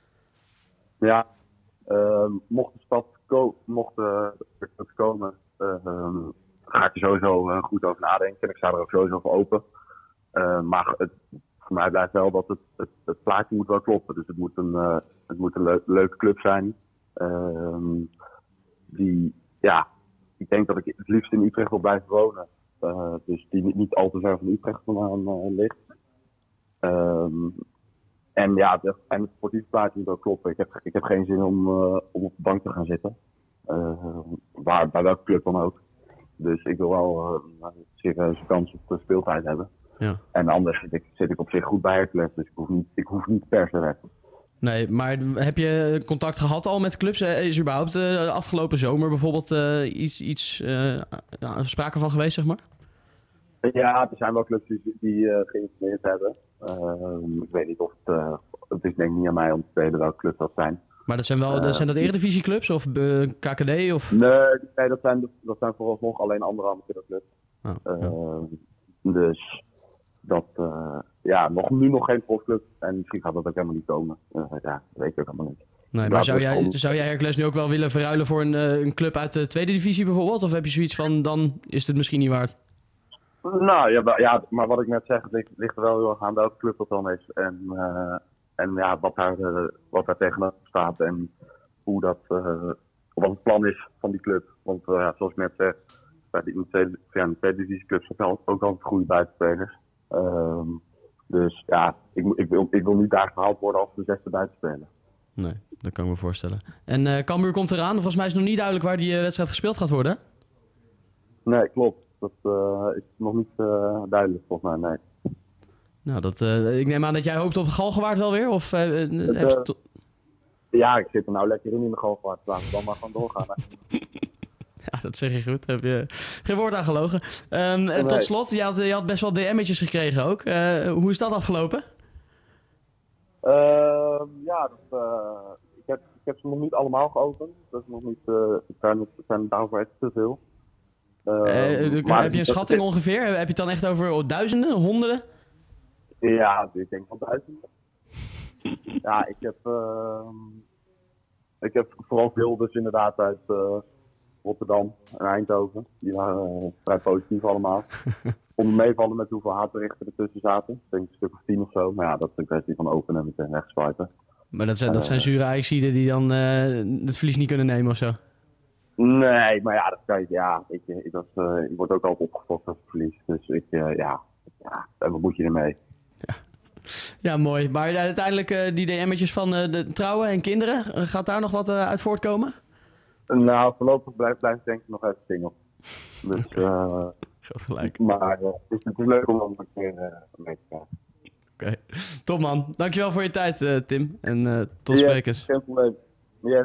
Ja, uh, mocht de stap ko- mocht, uh, het komen, uh, um, ga ik er sowieso uh, goed over nadenken. En ik sta er ook sowieso voor open. Uh, maar het, voor mij blijft wel dat het, het, het plaatje moet wel kloppen. Dus het moet een, uh, het moet een leuk, leuke club zijn. Uh, die, ja, ik denk dat ik het liefst in Utrecht wil blijven wonen. Uh, dus die niet, niet al te ver van Utrecht vandaan uh, ligt. Um, en ja, de, en het sportieve plaatje moet ook kloppen. Ik heb, ik heb geen zin om, uh, om op de bank te gaan zitten. Uh, waar, bij welke club dan ook. Dus ik wil wel uh, een serieuze kans op de speeltijd hebben. Ja. En anders zit ik, zit ik op zich goed bij Hercules. Dus ik hoef niet, ik hoef niet per se weg. Nee, maar heb je contact gehad al met clubs? Is er überhaupt uh, de afgelopen zomer bijvoorbeeld uh, iets, iets uh, ja, sprake van geweest, zeg maar? Ja, er zijn wel clubs die, die uh, geïnformeerd hebben. Uh, ik weet niet of het... Uh, het is denk ik niet aan mij om te spelen welke clubs dat zijn. Maar dat zijn wel uh, zijn dat eredivisieclubs of uh, K K D? Of? Nee, nee dat, zijn, dat zijn vooralsnog alleen andere amateurclubs. Oh, uh, ja. Dus dat... Uh, ja, nog, nu nog geen profclub. En misschien gaat dat ook helemaal niet komen. Uh, ja, dat weet ik ook helemaal niet. Nee, maar zou jij, zou jij Hercules nu ook wel willen verruilen voor een, uh, een club uit de tweede divisie bijvoorbeeld? Of heb je zoiets van, dan is het misschien niet waard? Nou ja, ja, maar wat ik net zeg, het ligt, ligt er wel heel erg aan welke club dat dan is. En, uh, en ja, wat daar, uh, wat daar tegenover staat en hoe dat, uh, wat het plan is van die club. Want uh, zoals ik net zeg, bij die, in de tweede, ja, in de tweede divisieclubs zijn ook altijd goede buitenspelers. Uh, dus ja, ik, ik, wil, ik wil niet daar gehaald worden als de zesde buitenspeler. Nee, dat kan ik me voorstellen. En uh, Cambuur komt eraan. Volgens mij is het nog niet duidelijk waar die uh, wedstrijd gespeeld gaat worden. Nee, klopt. Dat uh, is nog niet uh, duidelijk volgens mij, nee. Nou, dat, uh, ik neem aan dat jij hoopt op Galgenwaard wel weer? Of, uh, het, uh, heb je to- ja, ik zit er nou lekker in in de Galgenwaard. Laten we dan maar gewoon doorgaan. Ja, dat zeg je goed. Heb je geen woord aan gelogen. Um, nee. Tot slot, je had, je had best wel D M'tjes gekregen ook. Uh, hoe is dat afgelopen? Uh, ja, dat, uh, ik, heb, ik heb ze nog niet allemaal geopend. Dat is nog niet, uh, het zijn, het zijn daarvoor echt te veel. Uh, uh, maar heb je een schatting ongeveer? Heb je het dan echt over duizenden, honderden? Ja, ik denk wel duizenden. Ja, ik heb, uh, ik heb vooral veel dus inderdaad uit uh, Rotterdam en Eindhoven. Die waren uh, vrij positief allemaal. Om meevallen met hoeveel haatberichten ertussen zaten. Ik denk een stuk of tien of zo. Maar ja, dat is een kwestie van openen en meteen wegswipen. Maar dat zijn, dat zijn zure Ajaxiden die dan uh, het verlies niet kunnen nemen of zo? Nee, maar ja, dat kan je, ja, ik, ik, dat, uh, ik word ook altijd opgefokt als ik verlies. Dus ik, uh, ja, ja, wat moet je ermee? Ja, ja mooi. Maar uh, uiteindelijk uh, die D M'tjes van uh, de trouwen en kinderen, uh, gaat daar nog wat uh, uit voortkomen? Nou, voorlopig blijft blijf, denk ik nog even single. Dus, uh, Gaat gelijk. Maar uh, het, is, het is leuk om een keer uh, mee te gaan. Oké, okay. Top man. Dankjewel voor je tijd, uh, Tim. En uh, tot yes, sprekers. Geen probleem. Yes.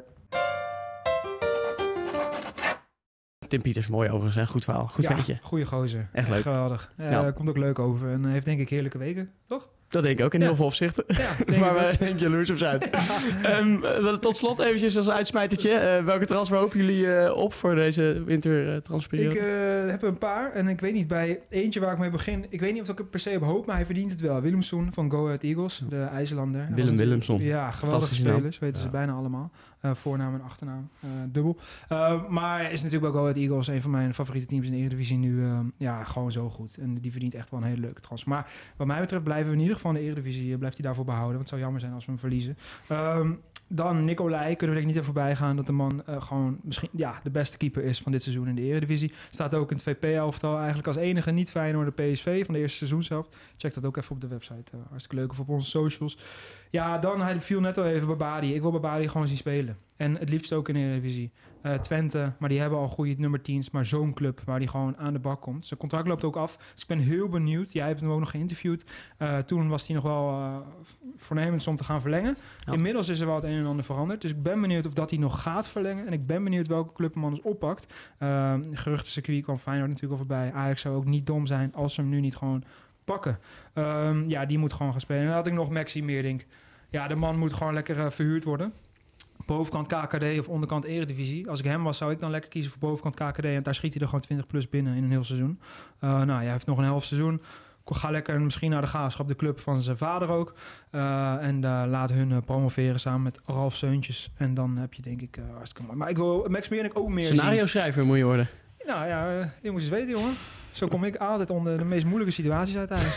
Tim Pieters, mooi overigens, hè? Goed verhaal. Goed ja, ventje. Goeie gozer. Echt leuk. Geweldig. Uh, ja. Komt ook leuk over en heeft denk ik heerlijke weken, toch? Dat denk ik ook in ja. heel veel opzichten. Ja, maar we denk jaloers op zijn. Ja. Um, tot slot eventjes als uitsmijtertje. Uh, welke transfer hopen jullie uh, op voor deze wintertransferperiode? Ik uh, heb een paar en ik weet niet, bij eentje waar ik mee begin... Ik weet niet of ik er per se op hoop, maar hij verdient het wel. Willemsson van Go Ahead Eagles, de IJslander. Willem Willemsson. Ja, geweldige spelers, weten ja. ze bijna allemaal. Uh, voornaam en achternaam, uh, dubbel. Uh, maar is natuurlijk bij Go Ahead Eagles een van mijn favoriete teams in de Eredivisie nu. Uh, ja, gewoon zo goed. En die verdient echt wel een hele leuke transfer. Maar wat mij betreft blijven we in ieder geval in de Eredivisie, blijft hij daarvoor behouden. Want het zou jammer zijn als we hem verliezen. Um, dan Nicolai, kunnen we er niet even voorbij gaan dat de man uh, gewoon misschien ja, de beste keeper is van dit seizoen in de Eredivisie. Staat ook in het V P-elftal eigenlijk als enige niet Feyenoord de P S V van de eerste seizoen zelf. Check dat ook even op de website. Uh, hartstikke leuk. Of op onze socials. Ja, dan hij viel net al even Babadi. Ik wil Babadi gewoon zien spelen. En het liefst ook in de Eredivisie. Uh, Twente, maar die hebben al goede nummer tien's. Maar zo'n club waar die gewoon aan de bak komt. Zijn contract loopt ook af. Dus ik ben heel benieuwd. Jij hebt hem ook nog geïnterviewd. Uh, toen was hij nog wel uh, voornemens om te gaan verlengen. Ja. Inmiddels is er wel het een en ander veranderd. Dus ik ben benieuwd of dat hij nog gaat verlengen. En ik ben benieuwd welke club hem anders oppakt. Uh, geruchtencircuit kwam Feyenoord natuurlijk al voorbij. Ajax zou ook niet dom zijn als ze hem nu niet gewoon pakken. Um, ja, die moet gewoon gaan spelen. En dan had ik nog Maxi Meerdink. ja, de man moet gewoon lekker uh, verhuurd worden. Bovenkant K K D of onderkant Eredivisie. Als ik hem was, zou ik dan lekker kiezen voor bovenkant K K D. En daar schiet hij er gewoon twintig plus binnen in een heel seizoen. Uh, nou, hij heeft nog een half seizoen. Ga lekker misschien naar de Graafschap, de club van zijn vader ook. Uh, en uh, laat hun uh, promoveren samen met Ralf Seuntjes. En dan heb je denk ik uh, hartstikke mooi. Maar ik wil Max Meerink ook meer Scenario schrijver moet je worden. Nou ja, uh, je moet eens weten, jongen. Zo kom ik altijd onder de meest moeilijke situaties uit thuis.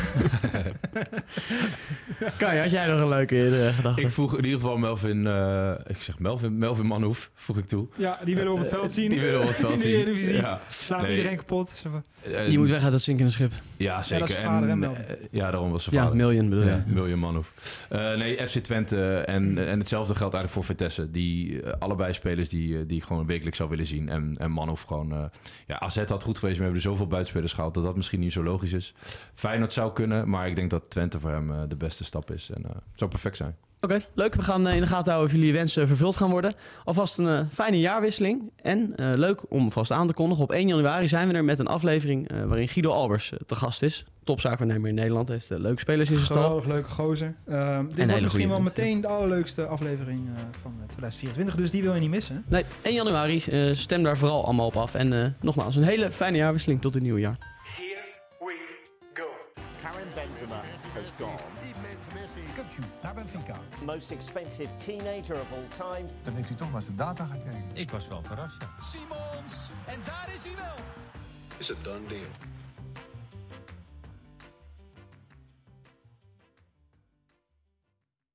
Kai, had jij nog een leuke uh, gedachte? Ik vroeg in ieder geval Melvin, uh, ik zeg Melvin, Melvin Manhoef, vroeg ik toe. Ja, die willen we op het veld zien. Die willen we op het veld zien. In de ja. Slaat nee. iedereen kapot. Uh, die moet weg uit het zinkende schip. Ja, zeker. Ja, dat is vader, en, en uh, ja, daarom was zijn ja, vader. Million bedoel je. Ja, Million Manhoef. Uh, nee, F C Twente en, en hetzelfde geldt eigenlijk voor Vitesse. Die uh, allebei spelers die, uh, die ik gewoon wekelijks zou willen zien. En, en Manhoef gewoon... Uh, ja, A Z had goed geweest, we hebben er zoveel buitenspelers gehaald dat dat misschien niet zo logisch is. Feyenoord zou kunnen, maar ik denk dat Twente voor hem uh, de beste stap is. En uh, zou perfect zijn. Oké, okay, leuk. We gaan uh, in de gaten houden of jullie wensen vervuld gaan worden. Alvast een uh, fijne jaarwisseling. En uh, leuk om vast aan te kondigen. Op één januari zijn we er met een aflevering uh, waarin Guido Albers uh, te gast is. Topzaakwaarnemer in Nederland. Hij heeft uh, leuke spelers in zijn stal. Geweldig leuke gozer. Uh, dit wordt misschien wel meteen de allerleukste aflevering uh, van twintig vierentwintig. Dus die wil je niet missen. Nee, één januari. Uh, stem daar vooral allemaal op af. En uh, nogmaals, een hele fijne jaarwisseling tot het nieuwe jaar. Here we go. Karim Benzema has gone. Kukçu naar Benfica. Most expensive teenager of all time. Dan heeft hij toch naar zijn data gekeken. Ik was wel verrast, ja. Simons, en daar is hij wel. Is a done deal.